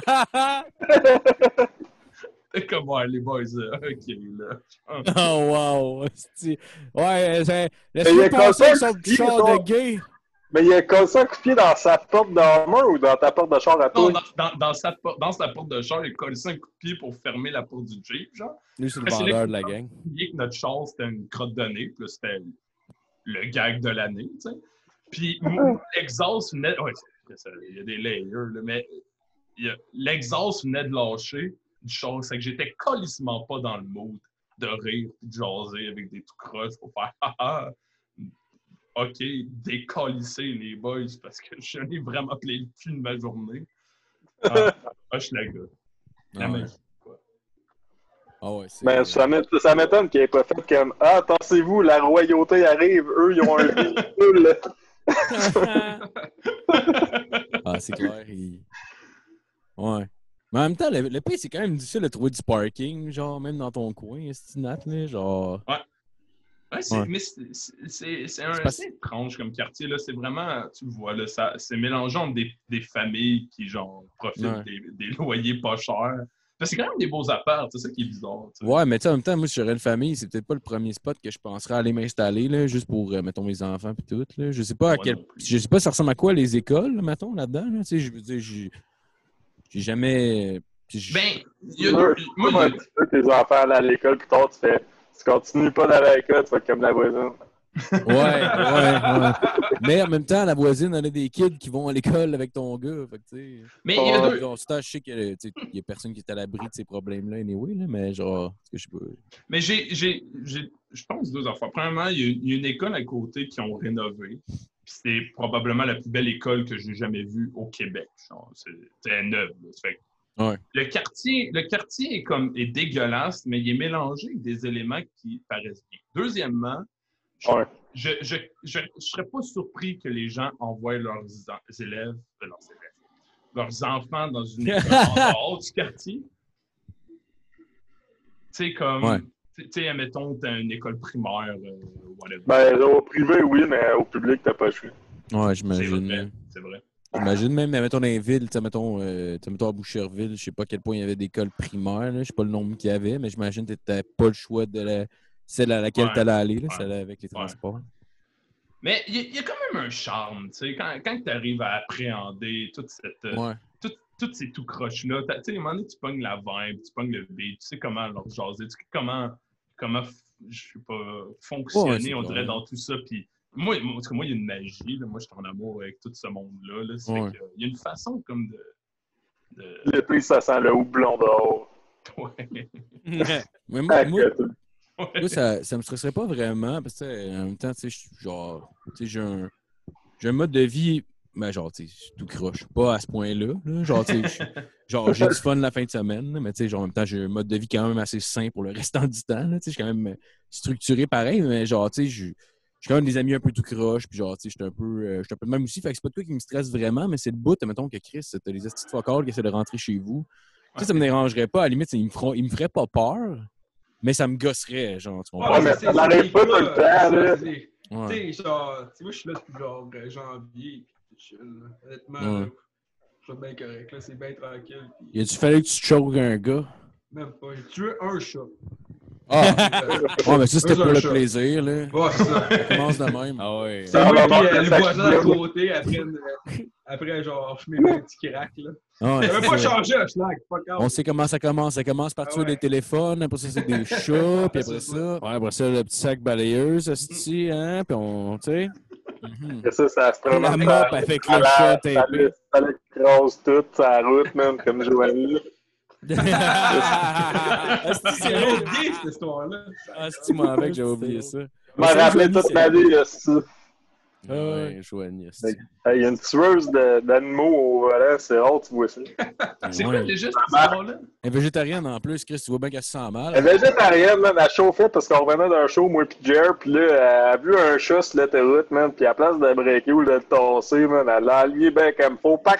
C'est comme, ouais, les boys, OK, là. Oh, wow. Ouais, laisse-moi passer sur le char de gay. Mais il a collé ça un coup de pied dans sa porte d'armure ou dans ta porte de char à toi? Non, dans sa porte de char, il a collé ça un coup de pied pour fermer la porte du Jeep, genre. Lui, c'est le vendeur de la gang. Il que notre char, c'était une crotte de nez, puis là, c'était le gag de l'année, tu sais. Puis l'exhaust venait... Ouais, il y a des layers, là, mais l'exhaust venait de lâcher du char. C'est que j'étais colissement pas dans le mood de rire et de jaser avec des tout croches pour faire « Ah, OK, décolisser les boys parce que je n'ai vraiment plein le cul de ma journée. » Je la gueule. La magie, quoi. Ah ouais, c'est... Ben, ça m'étonne qu'il n'ait pas fait comme « Ah, attendez-vous, la royauté arrive, eux, ils ont un véhicule. » Ah, c'est clair. Ouais. Mais en même temps, le pays, c'est quand même difficile de trouver du parking, genre, même dans ton coin, c'est nat, là, genre... Ouais, mais c'est assez étrange comme quartier, là. C'est vraiment, tu le vois, là, c'est mélangeant des familles qui, genre, profitent des loyers pas chers. Parce que c'est quand même des beaux apparts, c'est ça qui est bizarre. T'sais. Ouais, mais tu sais, en même temps, moi, si j'aurais une famille, c'est peut-être pas le premier spot que je penserais aller m'installer, là, juste pour, mettons, mes enfants et tout, là. Je sais pas je sais pas ça ressemble à quoi les écoles, mettons, là-dedans, là. Tu sais, je veux dire, j'ai jamais... Moi, tes enfants aller à l'école, puis tard, tu continues pas d'aller à l'école, tu vas être comme la voisine. Ouais. Mais en même temps, la voisine, elle a des kids qui vont à l'école avec ton gars. Fait que, tu sais. Mais il y a deux. Je sais qu'il y a personne qui est à l'abri de ces problèmes-là, anyway, là, mais genre, je sais pas. Mais je pense deux affaires. Premièrement, il y a une école à côté qui ont rénové. C'est probablement la plus belle école que j'ai jamais vue au Québec. C'est neuve. Fait ouais. Le quartier est dégueulasse, mais il est mélangé avec des éléments qui paraissent bien. Deuxièmement, je serais pas surpris que les gens envoient leurs enfants dans une école en dehors du quartier. Tu sais, comme... Tu sais, admettons, t'as une école primaire, whatever. Ben, au privé, oui, mais au public, t'as pas le choix. Ouais, j'imagine. C'est vrai. J'imagine même, mettons, dans les villes, mettons à Boucherville, je sais pas à quel point il y avait d'écoles primaires, là, je sais pas le nombre qu'il y avait, mais j'imagine que t'avais pas le choix de celle à laquelle t'allais aller, là, celle avec les transports. Mais il y a quand même un charme, tu sais, quand t'arrives à appréhender toute cette... Toutes ces tout croches-là, tu sais, à un moment donné, tu pognes la vibe, tu pognes le beat, tu sais comment leur jaser, tu sais comment je sais pas, fonctionner, on dirait, dans tout ça. Puis moi, parce que moi, il y a une magie, là, moi, je suis en amour avec tout ce monde-là. Là, il y a une façon comme de... L'été, ça sent le houblon dehors. Ouais. Mais moi, ça me stresserait pas vraiment, parce que en même temps, tu sais, j'ai un mode de vie... Ben, genre, tu sais, tout croche. Pas à ce point-là. Là. Genre, tu sais, j'ai du fun la fin de semaine, là, mais tu sais, genre, en même temps, j'ai un mode de vie quand même assez sain pour le restant du temps. Tu sais, je suis quand même structuré pareil, mais genre, tu sais, suis quand même des amis un peu tout croche, puis genre, tu sais, je suis un peu de même aussi. Fait que c'est pas de quoi qui me stresse vraiment, mais c'est le bout, mettons que Chris, t'as les estis de focales qui essaient de rentrer chez vous. Tu sais, ça me dérangerait pas. À la limite, ils me feraient pas peur, mais ça me gosserait, genre, tu comprends? Ouais, mais ça n'arrive pas tout le temps, là. Tu sais, genre, moi, je suis là depuis genre janvier, puis chill, là. Honnêtement, là, je suis bien correct, là, c'est bien tranquille. Y a-tu fallu que tu te choques un gars? Même pas, j'ai tué un chat. Ah! Ouais, mais ça, c'était pour le plaisir, là. Ouais, c'est ça. Ça commence de même. Ah ouais. C'est moi qui le voisin à côté après genre, je mets un petit crack, là. Ah ouais, ça veut pas changer un schlag, fuck out. On sait comment ça commence. Ça commence par tuer des téléphones, après ça, c'est des chats, puis après ça... Ouais, après ça, le petit sac balayeuse, hostie, hein, puis on... Tu sais... Et ça se la mop avec le chat tapé. Ça l'écrase tout sur la route, même, comme Joanie. C'est oublié, cette histoire-là. Ah, c'est moi avec, j'avais oublié ça. Je m'en rappelais toute ma vie, là, ça. Ouais, Joanie. Il y a une tueuse d'animaux au volant, c'est rare, tu vois ça. C'est quoi déjà cette histoire-là? Elle est végétarienne en plus, Chris, tu vois bien qu'elle se sent mal. Elle est végétarienne, man, elle chauffait parce qu'on revenait d'un show, moi pis Jer, pis là, elle a vu un chat sur l'autoroute, man, pis à la place de le breaker ou de le tasser, man, elle l'a allié bien comme faut. Pas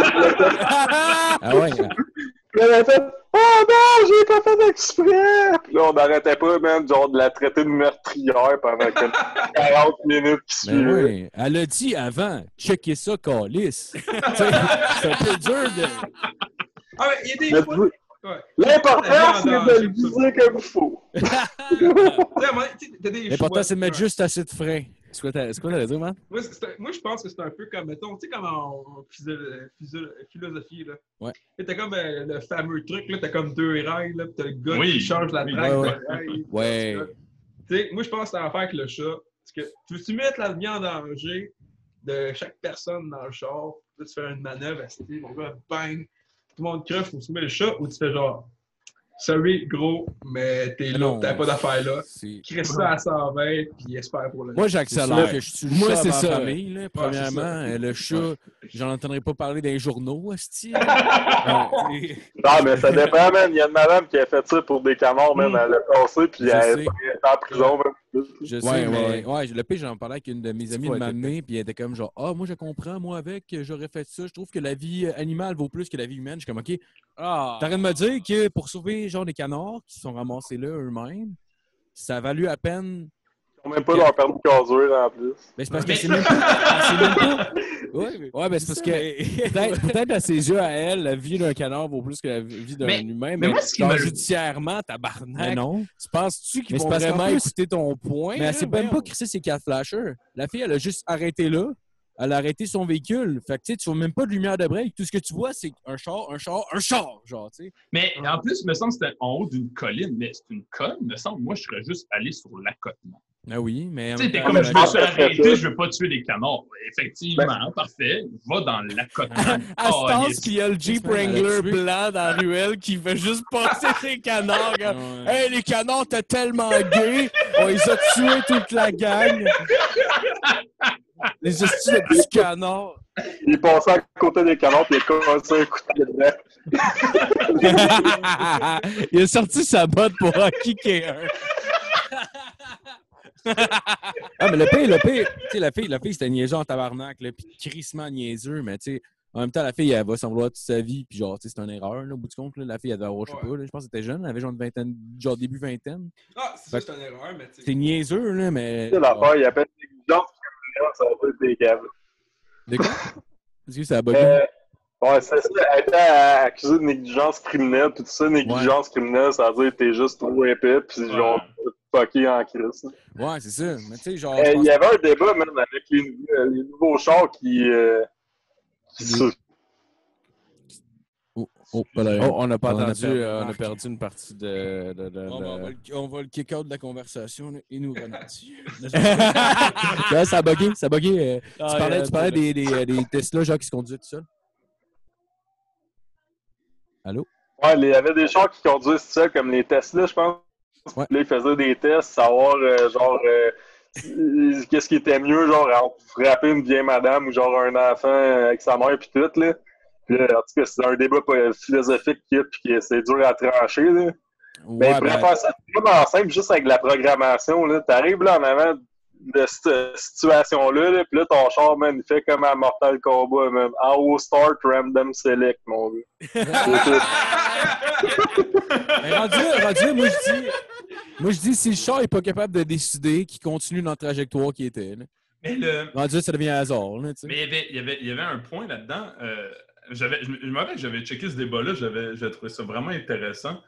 Ah ouais? Puis elle a fait « Oh non, j'ai pas fait exprès! » Puis là, on n'arrêtait pas, man, genre de la traiter de meurtrière pendant 40 minutes qui suivaient. Oui, elle a dit avant, checker ça, calice. C'est un peu dur de... Ah, mais il y a des fois... Ouais. L'important, c'est de le viser comme il faut. L'important, c'est de mettre juste assez de frein. C'est quoi t'allais dire, man? Moi, je pense que c'est un peu comme, mettons, tu sais, comme en philosophie, là. Ouais. T'as comme le fameux truc, là, t'as comme deux rails, là, pis t'as le gars qui change la traque de rail. Ouais. Tu sais, moi, je pense que c'est l'affaire avec le chat. Parce que tu veux-tu mettre la vie en danger de chaque personne dans le char, là, tu fais une manœuvre, le gars, bang, tout le monde crève, faut tu mets le chat, ou tu fais genre, sorry, gros, mais t'es là, t'as pas d'affaires là. Crée ça à 120, puis espère pour le... Moi, j'accélère. Moi, c'est ça. Famille, là. Premièrement, le chat, j'en entendrai pas parler dans les journaux, esti. Non, mais ça dépend, man. Il y a une madame qui a fait ça pour des canards, man. Elle l'a cassé, puis elle est en prison, man. Je sais, mais... Ouais, le pire, j'en parlais avec une de mes amies de m'amener, puis elle était comme genre, moi, je comprends, moi, avec, j'aurais fait ça. Je trouve que la vie animale vaut plus que la vie humaine. Je suis comme, OK, t'arrêtes de me dire que pour sauver, genre, des canards qui sont ramassés là eux-mêmes, ça a valu à peine... Ils n'ont même pas leur permis de conduire, en plus. Mais c'est parce que c'est même pas... Ouais, mais c'est parce que peut-être à ses yeux, à elle, la vie d'un canard vaut plus que la vie d'un humain. Mais moi, genre, judiciairement, tabarnak. Mais non. Tu penses-tu qu'ils vont vraiment écouter ton point? Mais elle s'est même pas crissé ses 4 flashers. La fille, elle a juste arrêté là. Elle a arrêté son véhicule. Fait que tu vois même pas de lumière de break. Tout ce que tu vois, c'est un char. Genre, tu sais. Mais en plus, il me semble que c'était en haut d'une colline. Mais c'est une colline, me semble. Moi, je serais juste allé sur l'accotement. Ah oui, mais... Tu sais, t'es comme, je me suis arrêté, je veux pas tuer des canards. Effectivement, parfait. Va dans l'accotement. À ce temps, qu'il y a le Jeep Wrangler blanc dans la ruelle qui fait juste passer ses canards. Hey, les canards, t'es tellement gay. On les a tués toute la gang. Les hosties de petits canards. Il est passé à côté des canards puis il a commencé à écouter dedans. Il a sorti sa botte pour en kicker un. Mais le pire, tu sais, la fille, c'était niaiseux en tabarnak, là, pis crissement niaiseux, mais tu sais, en même temps, la fille, elle va s'en vouloir toute sa vie, puis genre, tu sais, c'est une erreur, là, au bout du compte, là, la fille, elle devait avoir, je sais pas, là, je pense qu'elle était jeune, elle avait genre une vingtaine, genre début vingtaine. Ah, c'est une erreur, mais tu sais. C'est niaiseux, là, mais... C'est l'affaire, il appelle négligence criminelle, ça va être des câbles. De quoi? Est-ce que ça a bugué? Ouais, c'est ça, elle était accusée de négligence criminelle, puis tout ça, négligence criminelle, ça veut dire que t'es juste trop épais, puis genre, fucké en crise. Ouais, c'est ça, mais tu sais, genre... Il y avait un débat, même, avec les nouveaux chars qui on n'a pas entendu, on a perdu une partie de... On va le kick out de la conversation, là, et nous ralentir. Là, ça a bugué. Tu parlais des Tesla, genre, qui se conduisent tout seuls. Allô? Ouais, il y avait des chars qui conduisent tout seuls, comme les Tesla, je pense. Ouais. Là, ils faisaient des tests, savoir, qu'est-ce qui était mieux, genre, entre frapper une vieille madame ou genre un enfant avec sa mère puis tout, là. Puis là, en tout cas, c'est un débat philosophique puis que c'est dur à trancher, là. Ouais, mais ils pourraient faire ça vraiment simple, juste avec la programmation, là. T'arrives là en avant de cette situation-là, là, pis là, ton char, man, il fait comme à Mortal Kombat, man. I will start random select, mon gars. Mais rendu, moi, je dis, si le char n'est pas capable de décider, qu'il continue dans la trajectoire qu'il était, là. Mais rendu, ça devient hasard, là, tu sais. Mais il y avait un point là-dedans. Je me rappelle que j'avais checké ce débat-là, j'avais trouvé ça vraiment intéressant.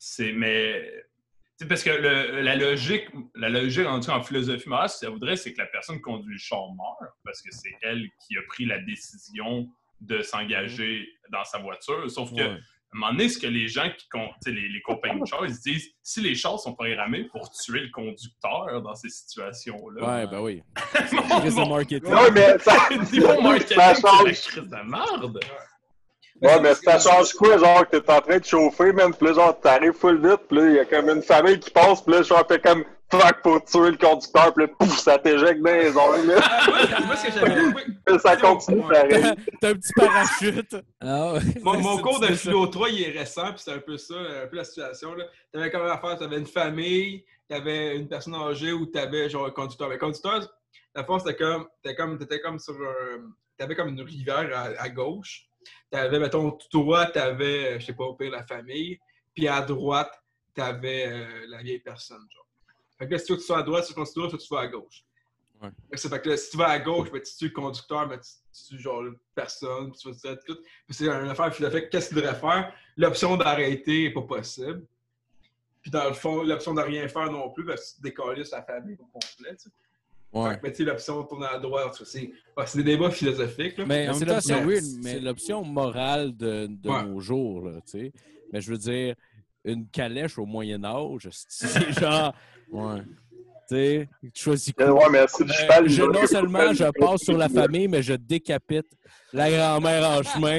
Parce que la logique en philosophie morale, ça voudrait, c'est que la personne qui conduit le char meurt, parce que c'est elle qui a pris la décision de s'engager dans sa voiture. Sauf que, à un moment donné, ce que les gens les compagnies de chars, ils se disent, si les chars sont programmés pour tuer le conducteur dans ces situations-là... Ouais, ben oui. C'est une crise de marketing. Non, mais niveau marketing, c'est la crise de merde. Ouais, mais ça change quoi, genre, que t'es en train de chauffer, man, pis là, genre, t'arrives full vite, pis là, il y a comme une famille qui passe, pis là, genre, fait comme, fuck, faut tuer le conducteur, pis là, pouf, ça t'éjecte dans les ongles, là. Moi, ce que j'avais... Ça continue, pareil. T'as un petit parachute. Ah ouais. Mon cours de philo 3, il est récent, puis c'est un peu ça, un peu la situation, là. T'avais comme affaire, t'avais une famille, t'avais une personne âgée, ou t'avais, genre, un conducteur. Mais le conducteur, la force, t'étais comme sur t'avais comme une rivière à gauche. T'avais, mettons, tout droit, t'avais, je sais pas, au pire, la famille. Puis à droite, t'avais la vieille personne, genre. Fait que là, si tu veux que tu sois à droite, si tu vas à tu vas à gauche. Ouais. Fait que là, si tu vas à gauche, ben, tu tues le conducteur, mais tu tues, genre, personne, puis tu vas te dire tout. Puis c'est une affaire philosophique. Qu'est-ce qu'il devrait faire? L'option d'arrêter n'est pas possible. Puis dans le fond, l'option de rien faire non plus, parce que tu décalisses la famille au complet, tu sais. Ouais. Mais tu sais, l'option de tourner à droite, c'est des débats philosophiques. Là. Mais c'est l'option morale de nos jours, là, tu sais. Mais je veux dire, une calèche au Moyen-Âge, c'est genre... Ouais. Tu sais, tu choisis quoi? Ouais, mais si non seulement je passe sur la famille, mais je décapite la grand-mère en chemin.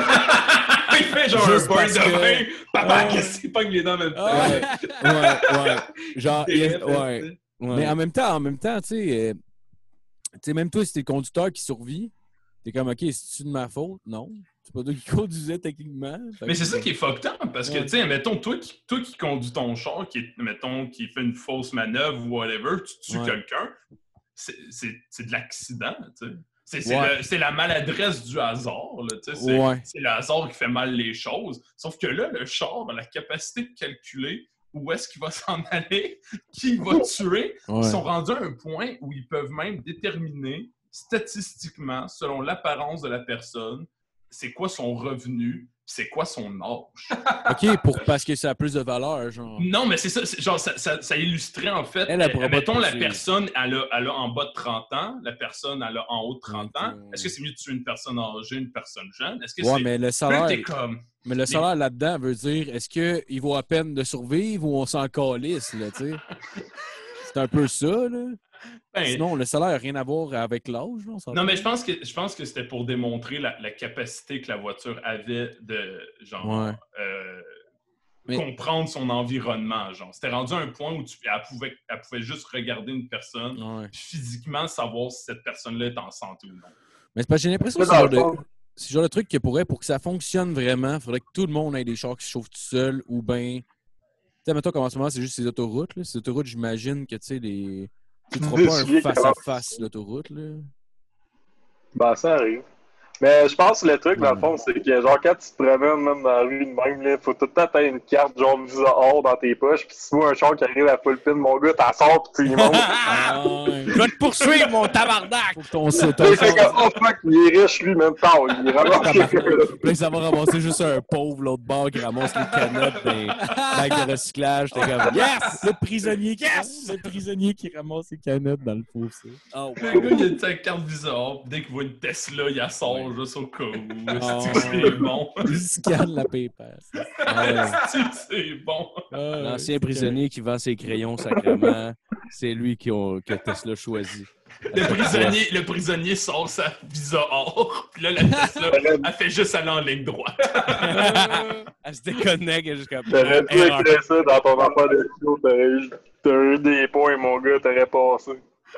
Il fait genre juste un beurre de vin. Papa, qu'est-ce qu'il pogne les dents en même temps? Ouais. Genre, ouais. Mais en même temps, tu sais, même toi, si t'es le conducteur qui survit, t'es comme, OK, c'est-tu de ma faute? Non. C'est pas toi qui conduisais techniquement. Mais c'est ça qui est fucked up, parce que, tu sais, mettons, toi qui conduis ton char, qui fait une fausse manœuvre ou whatever, tu tues quelqu'un, c'est de l'accident, tu sais. C'est la maladresse du hasard, là, tu sais. C'est le hasard qui fait mal les choses. Sauf que là, le char a la capacité de calculer où est-ce qu'il va s'en aller, qui il va tuer. Ils sont rendus à un point où ils peuvent même déterminer statistiquement, selon l'apparence de la personne, c'est quoi son revenu, c'est quoi son âge. OK, parce que ça a plus de valeur, genre. Non, mais c'est ça. Genre, ça illustrait, en fait... mettons, la personne, elle a en bas de 30 ans, la personne, elle a en haut de 30 ans. Est-ce que c'est mieux de tuer une personne âgée, une personne jeune? Est-ce que c'est... mais le salaire... Là, t'es comme... Mais le salaire là-dedans veut dire, est-ce qu'il vaut à peine de survivre ou on s'en calisse, là, tu sais? C'est un peu ça, là. Sinon, le salaire n'a rien à voir avec l'âge, là. Non, mais je pense que c'était pour démontrer la capacité que la voiture avait de, genre, comprendre son environnement, genre. C'était rendu à un point où elle pouvait juste regarder une personne, physiquement savoir si cette personne-là est en santé ou non. Mais c'est parce que j'ai l'impression que c'est le genre de truc que pour que ça fonctionne vraiment, il faudrait que tout le monde ait des chars qui se chauffent tout seul ou bien... Tu sais, mettons comme en ce moment, c'est juste ces autoroutes, là. Ces autoroutes, j'imagine que, tu sais, tu ne feras pas un face-à-face l'autoroute, là. Ben, ça arrive. Mais je pense que le truc, dans le fond, c'est que genre quand tu te promènes même dans la rue de même, là, faut tout le temps t'avoir une carte genre Visa Or dans tes poches, pis si tu vois un char qui arrive à full pin, mon gars, t'en sors pis tu y montes. Je vais te poursuivre, mon tabarnak! Faut que ton c'est comme, oh fuck, il est riche lui, même temps, il ramasse là, ça va ramasser juste un pauvre l'autre bord qui ramasse les canettes des bacs de recyclage. T'es comme, yes! Le prisonnier qui ramasse les canettes dans le fossé. Oh, le gars, il a une carte Visa Or, dès qu'il voit une Tesla, il la sort. Juste au cas où. C'est bon. Il scanne la PayPal. C'est bon. L'ancien prisonnier qui vend ses crayons sacrément, c'est lui que Tesla choisit. Le prisonnier sort sa Visa Or, puis là, la Tesla, elle fait juste aller en ligne droite. Elle se déconnecte jusqu'à... T'aurais dû écrire ça dans ton affaire de vidéo, t'aurais eu des points, mon gars, t'aurais passé.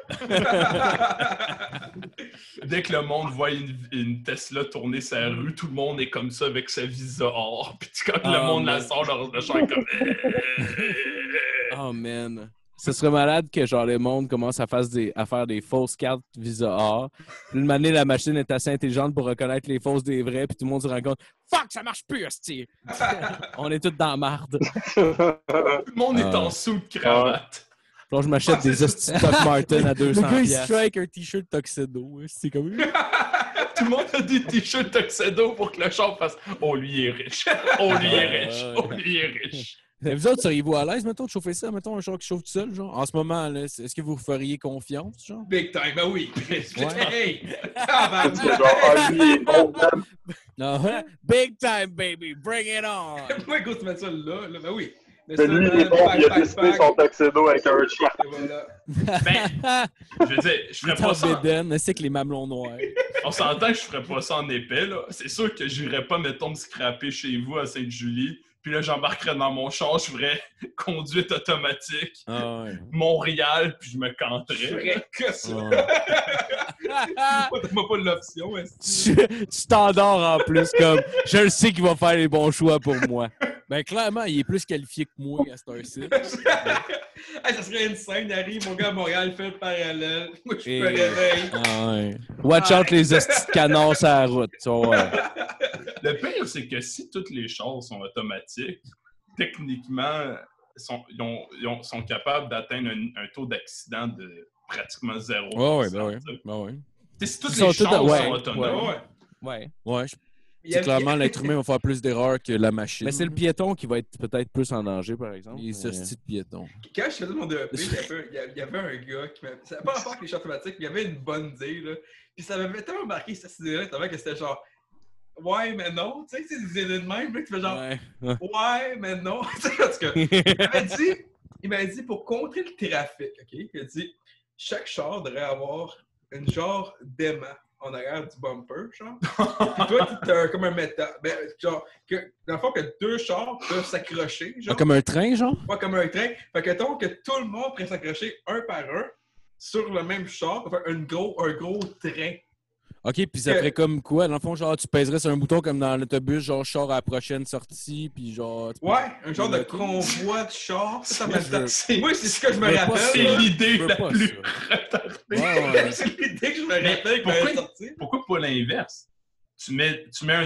Dès que le monde voit une Tesla tourner sa rue, tout le monde est comme ça avec sa Visa Or. Puis quand le monde la sort, le char est comme... Oh man. Ce serait malade que genre le monde commence à faire des fausses cartes Visa A. Puis une année, la machine est assez intelligente pour reconnaître les fausses des vraies, puis tout le monde se rend compte fuck, ça marche plus, hostie! On est tous dans la marde. Tout le monde est en sous de cravate. Alors, je m'achète des hosties Doc Martens à 200$. Le gars, il strike un t-shirt tuxedo. C'est comme... Tout le monde a des t-shirts tuxedo pour que le char fasse « Oh, lui est riche! Oh, lui est riche! Oh, lui est riche! » Mais vous autres, seriez-vous à l'aise, mettons, de chauffer ça? Mettons, un char qui chauffe tout seul, genre? En ce moment, là, est-ce que vous feriez confiance, genre? Big time, ben oui. Hey! Non, big time, baby! Bring it on! Moi, écoute, tu mets ça là, ben oui. C'est lui, il est bon, il a décidé son tuxedo avec un chien. Voilà. Ben, je veux dire, je ferais pas ça. C'est que les mamelons noirs. On s'entend que je ferais pas ça en épais, là. C'est sûr que j'irais pas, mettons, me scraper chez vous à Sainte-Julie. Puis là, j'embarquerais dans mon char, je ferais conduite automatique, Montréal, puis je me canterais. Je ferais que ça. T'as pas l'option. Tu t'endors en plus, comme je le sais qu'il va faire les bons choix pour moi. Ben, clairement, il est plus qualifié que moi à cette heure-ci. Hey, ça serait une scène, il arrive, mon gars à Montréal fait le parallèle. Moi, je me réveille. Watch out les hosties de canons sur la route. Le pire, c'est que si toutes les chars sont automatiques, techniquement, ils sont capables d'atteindre un taux d'accident de pratiquement 0%. Si toutes les chars sont autonomes... C'est clairement, l'être humain va faire plus d'erreurs que la machine. Mais c'est le piéton qui va être peut-être plus en danger, par exemple. Les hosties de piétons. Quand je faisais mon DEP, il y avait un gars qui m'avait... Ça n'a pas rapport avec les chars automatiques, mais il y avait une bonne idée, là. Puis ça m'avait tellement marqué, cette idée-là, que c'était genre... Ouais, mais non. Tu sais, c'est des idées de même, là, tu fais genre... Ouais, mais non. Parce que il m'a dit, pour contrer le trafic, OK? Il a dit, chaque char devrait avoir une genre d'aimant en arrière du bumper, genre. Puis toi, t'as comme un métal. Ben, genre, dans le fond, que deux chars peuvent s'accrocher, genre. Comme un train, genre? Pas comme un train. Fait que donc, que tout le monde pourrait s'accrocher un par un sur le même char pour faire un gros train. OK, puis ça ferait comme quoi? Dans le fond, genre, tu pèserais sur un bouton comme dans l'autobus, genre, char à la prochaine sortie, puis genre... Ouais, un genre de convoi de char. Moi, c'est ce que je me rappelle. C'est l'idée la plus retardée. C'est l'idée que je me rappelle. Pourquoi pas l'inverse? Tu mets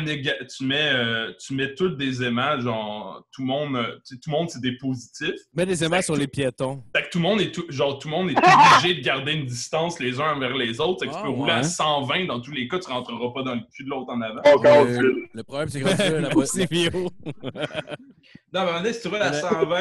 tous des aimants, genre, tout le monde, c'est des positifs. Mets des aimants sur les piétons. Fait que tout le monde est obligé de garder une distance les uns envers les autres. Fait que tu peux rouler à 120 dans tous les cas, tu rentreras pas dans le cul de l'autre en avant. Le problème, c'est que la c'est vieux. Non, mais si tu roules à 120,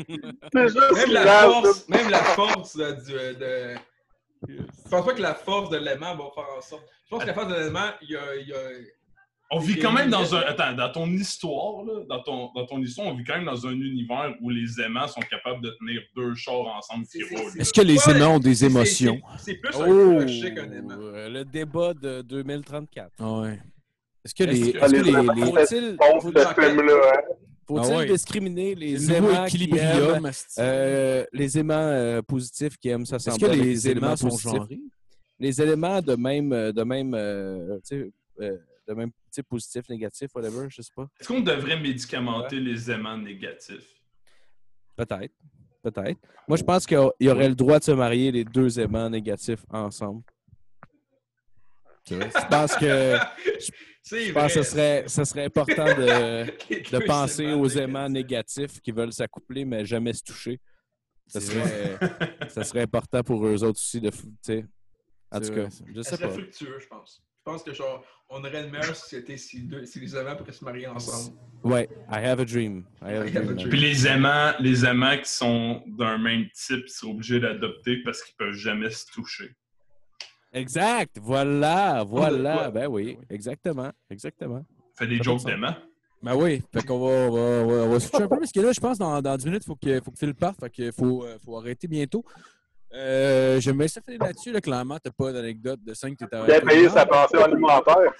même la force de... Je pense pas que la force de l'aimant va faire en sorte. Je pense que la force de l'aimant, il y a... On vit quand même dans un... Attends, dans ton histoire, là, dans ton histoire, on vit quand même dans un univers où les aimants sont capables de tenir deux chars ensemble qui roulent. Est-ce que les aimants ont des émotions? C'est plus un crochet qu'un aimant. Le débat de 2034. Ouais. Est-ce que faut-il discriminer les aimants les aimants positifs qui aiment s'assembler? Est-ce que les aimants sont genrés? Les éléments de même type positif, négatif, whatever, je sais pas. Est-ce qu'on devrait médicamenter les aimants négatifs? Peut-être. Moi, je pense qu'il y aurait le droit de se marier les deux aimants négatifs ensemble. Je pense que ce serait important de penser aux aimants négatifs qui veulent s'accoupler mais jamais se toucher. Ça serait important pour eux autres aussi de... En tout cas, je sais pas. C'est fructueux, je pense. Je pense que genre, on aurait une meilleure société si les aimants pourraient se marier ensemble. Ouais, I have a dream. Puis les aimants qui sont d'un même type sont obligés d'adopter parce qu'ils peuvent jamais se toucher. Exact! Voilà! Ben oui, exactement. Fais des jokes d'aimants. Ben oui, fait qu'on va switcher un peu parce que là, je pense dans 10 minutes, faut que Phil parte, fait qu'il faut arrêter bientôt. J'aime bien ça finir là-dessus, là, clairement, t'as pas d'anecdote de 5 que t'es à... Il a payé sa pension alimentaire.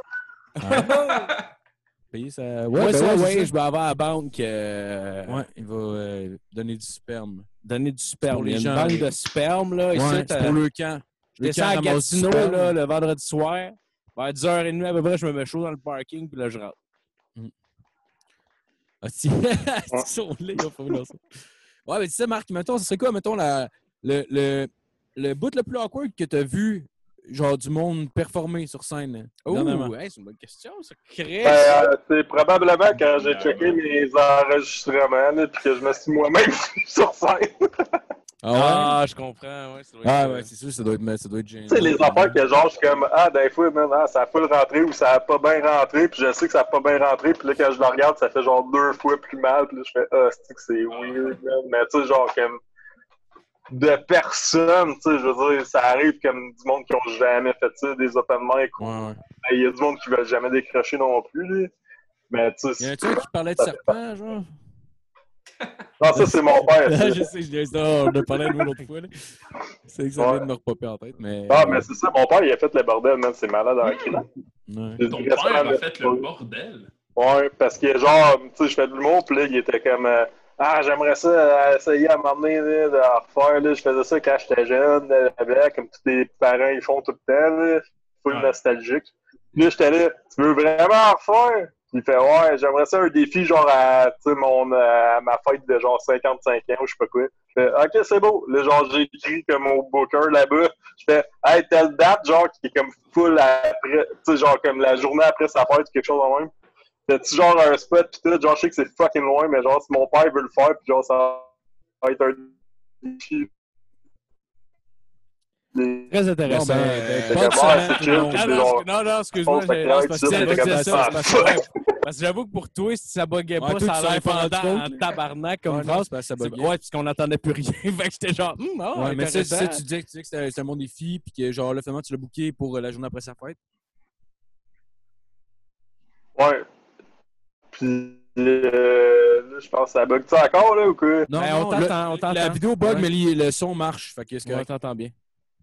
Payer sa... Ouais, je vais avoir à la banque. Ouais, il va donner du sperme. Il y a une banque de sperme, là. Ouais, ici, c'est pour le camp. Je descends à Gatineau, là, le vendredi soir. Vers 10h30 à peu près, je me mets chaud dans le parking, puis là, je rentre. Ah, si, ils sont là, ils ont pas vu ça. Ouais, mais tu sais, Marc, mettons, ce serait quoi, mettons, le bout le plus awkward que tu as vu, genre, du monde performer sur scène? Ouais, c'est une bonne question, ça. Chris! C'est probablement quand j'ai checké mes enregistrements, là, puis que je me suis moi-même sur scène. Je comprends. Ouais, ouais, c'est sûr, ça doit être gênant. Tu sais, les affaires que genre, je suis comme, des fois, man, ça a full rentré ou ça a pas bien rentré, puis je sais que ça a pas bien rentré, puis là, quand je le regarde, ça fait genre 2 fois plus mal, puis là, je fais, c'est weird, man. Mais tu sais, genre, comme, de personnes, tu sais, je veux dire, ça arrive comme du monde qui ont jamais fait ça, des open mic. Ouais. Il y a du monde qui veulent jamais décrocher non plus, là. Mais tu sais, y en a-tu un qui parlait de serpent, genre? Non, ça, c'est mon père. Je sais, on a parlé de nous l'autre fois, là. C'est que ça vient de me repopper en tête, mais... mais c'est ça, mon père, il a fait le bordel, man, c'est malade en cri. Ton père a fait le bordel? Ouais, parce que genre, tu sais, je fais de l'humour, puis là, il était comme... j'aimerais ça essayer à m'emmener là, de refaire. Là. Je faisais ça quand j'étais jeune, comme tous les parents ils font tout le temps. Là. Full nostalgique. Puis là, j'étais là, tu veux vraiment refaire? Puis il fait, ouais, j'aimerais ça un défi genre à ma fête de genre 55 ans ou je sais pas quoi. Je fais, ok, c'est beau. Là, genre, j'ai écrit comme au booker là-bas. Je fais, hey, telle date, genre, qui est comme full après, tu sais, genre comme la journée après sa fête ou quelque chose de même. T'as-tu genre un spot pis tout, genre je sais que c'est fucking loin, mais genre si mon père veut le faire pis genre ça va être un défi. Très intéressant. Non, excuse-moi, parce que j'avoue que pour toi, si ça buguait pas, ça a l'air pendant en tabarnak comme phrase. Ouais, puisqu'on n'entendait plus rien. Fait que j'étais genre, mais tu disais que c'était un bon défi puis que genre là, finalement, tu l'as booké pour la journée après sa fête. Ouais. Puis là, je pense que ça bug-tu encore, là, ou quoi? Non, on t'entend. La vidéo bug, mais le son marche. Fait que on t'entend bien.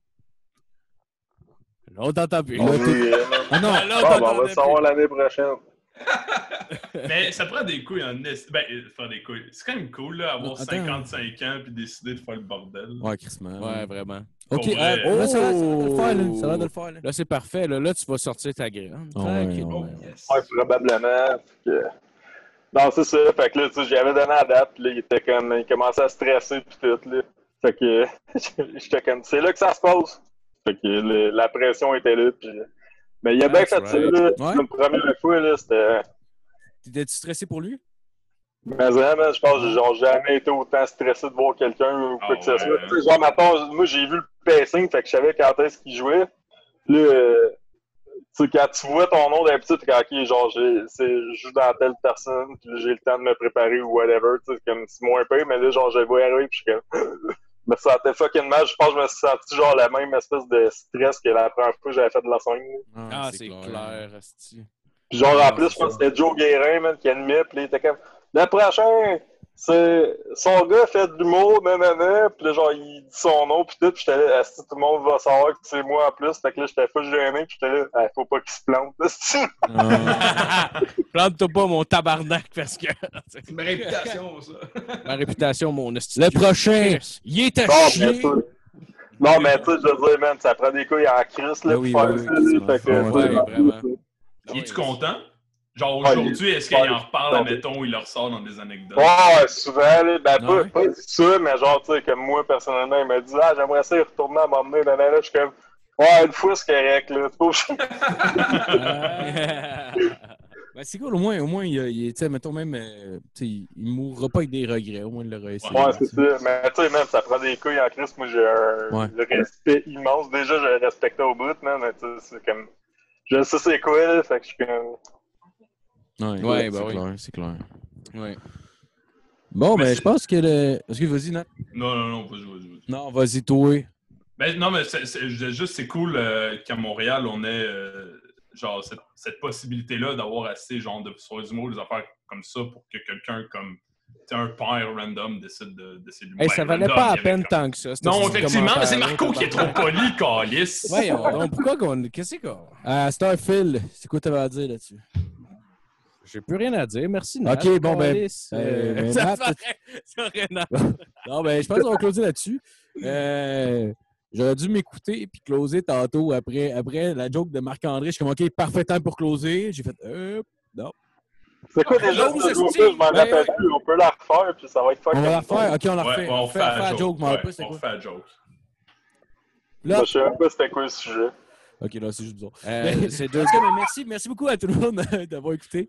Là, on t'entend plus. On va le savoir l'année prochaine. Mais ça prend des couilles en est. Ben, faire des couilles. C'est quand même cool, là, avoir 55 ans puis décider de faire le bordel. Ouais, Christmas. Ouais, vraiment. Ok, là, ça a l'air de le faire. Là, c'est parfait. Là, tu vas sortir ta graine. Tranquillement. Ouais, probablement. Non, c'est ça. Fait que là, tu sais, j'avais donné la date, puis là, il commençait à stresser, puis tout, là. Fait que j'étais comme, c'est là que ça se passe. Fait que la pression était là, puis... Mais il a bien fait ça, là. Ouais. La première fois, là, c'était... T'étais-tu stressé pour lui? Mais vraiment, je pense que j'ai jamais été autant stressé de voir quelqu'un ou quoi que ce soit. Tu sais, genre, maintenant, moi, j'ai vu le pacing, fait que je savais quand est-ce qu'il jouait. Puis là... Tu sais, quand tu vois ton nom d'habitude, t'es OK, genre, je joue dans telle personne, puis j'ai le temps de me préparer ou whatever, tu sais, comme, c'est moins pire, mais là, genre, je vois arriver, puis je suis comme, je me sentais fucking mal, je pense que je me suis senti, genre, la même espèce de stress que la première fois que j'avais fait de la scène. C'est clair, asti. Puis genre, en plus, je pense que c'était Joe Guérin, man, qui animait, puis il était comme, le prochain, c'est son gars fait de l'humour, nanana, puis là, genre, il dit son nom, puis tout, puis j'étais là, tout le monde va savoir que c'est moi en plus, fait que là, j'étais pas gêné, puis j'étais là, faut pas qu'il se plante, Plante-toi pas, mon tabarnak, parce que... C'est ma réputation, ça. Ma réputation, mon esti. Le prochain, il est à chier. Non, mais tu sais, je veux dire, man, ça prend des couilles en crise, là, pour faire ça, fait que... vraiment. Es-tu content? Genre, aujourd'hui, est-ce qu'il en reparle, admettons, il leur sort dans des anecdotes? Ouais, souvent, là, ben, pas ça, mais genre, tu sais, comme moi, personnellement, il m'a dit, j'aimerais ça y retourner à m'emmener, là, je suis comme, ouais, une fois, c'est correct, là, Ben, c'est cool, au moins il mettons même, il mourra pas avec des regrets, au moins il l'aura essayé. Ouais, c'est ça, mais tu sais, même, ça prend des couilles en crise, moi, j'ai un respect immense, déjà, je le respectais au bout, man, mais tu sais, c'est comme, je sais c'est quoi, là, fait que je suis comme... Ouais, c'est clair. Ouais. Bon, ben, je pense que Est-ce que vas-y, Nat? Non, vas-y. Non, vas-y, toi. Ben, non, mais c'est cool qu'à Montréal, on ait genre cette possibilité-là d'avoir assez genre de soirées d'humour, des affaires comme ça pour que quelqu'un comme un père random décide de ses hey, ça valait pas à peine tant que ça. Non, effectivement, mais c'est Marco qui est trop poli, calice. Ouais, donc pourquoi qu'on... Qu'est-ce qu'on... Starfield, c'est quoi t'avais à dire là-dessus? J'ai plus rien à dire. Merci, Nat. OK, bon, ben... ça rien à... Non, ben, je pense qu'on va closer là-dessus. J'aurais dû m'écouter puis closer tantôt après la joke de Marc-André. Je suis comme, OK, parfait temps pour closer. J'ai fait, non. C'est quoi déjà L'autre, ce c'est joke-là? Je m'en ben, rappelle plus. On peut la refaire, puis ça va être fucking. On va la refaire. OK, on la Ouais, refait. on On fait fait la la joke, mais Ouais, c'est on quoi? fait la joke. Là, Je sais même pas c'était quoi le sujet. OK, là, c'est juste bizarre. C'est deux. En tout cas, mais merci beaucoup à tout le monde d'avoir écouté.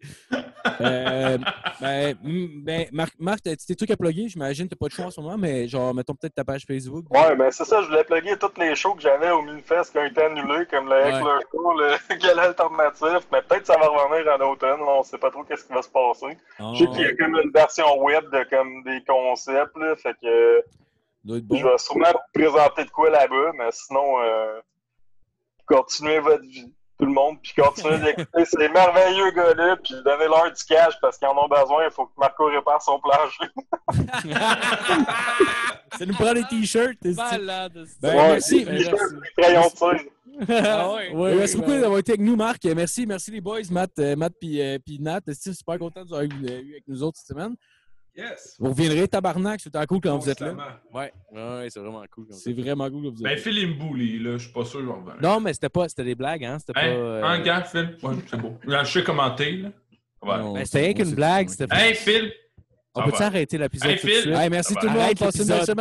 Marc, t'as des trucs à plugger? J'imagine que t'as pas de choix en ce moment, mais genre, mettons peut-être ta page Facebook. Ouais, ben c'est ça, je voulais plugger tous les shows que j'avais au Minifest qui ont été annulés, comme le Heckler Show, le Gala Alternatif, mais peut-être ça va revenir en automne, là, on sait pas trop qu'est-ce qui va se passer. Je sais qu'il y a comme une version web de comme des concepts, là, fait que je vais sûrement présenter de quoi là-bas, mais sinon, continuez votre vie, tout le monde, puis continuez d'écouter ces merveilleux gars-là, puis donnez-leur du cash parce qu'ils en ont besoin, il faut que Marco répare son plancher. Ça nous prend des t-shirts. Malade. Merci. Des crayons de cire. Merci beaucoup d'avoir été avec nous, Marc. Merci les boys, Matt puis Nat. C'est super content de vous avoir eu avec nous autres cette semaine. Yes. Vous reviendrez, tabarnak, c'était cool quand vous êtes là. Ouais, c'est vraiment cool. C'est vraiment cool que vous êtes là. Ben, Phil, il me boule, là. Je suis pas sûr que je vais revenir. Non, mais c'était des blagues, hein. C'était pas. Un gars, Phil. Ouais, c'est beau. Je sais commenter, là. Ouais. Ben, c'était rien qu'une blague. Hey, Phil! On peut-tu arrêter l'épisode Hey, tout de Phil! suite? Hey, merci tout le monde. Passez une bonne semaine.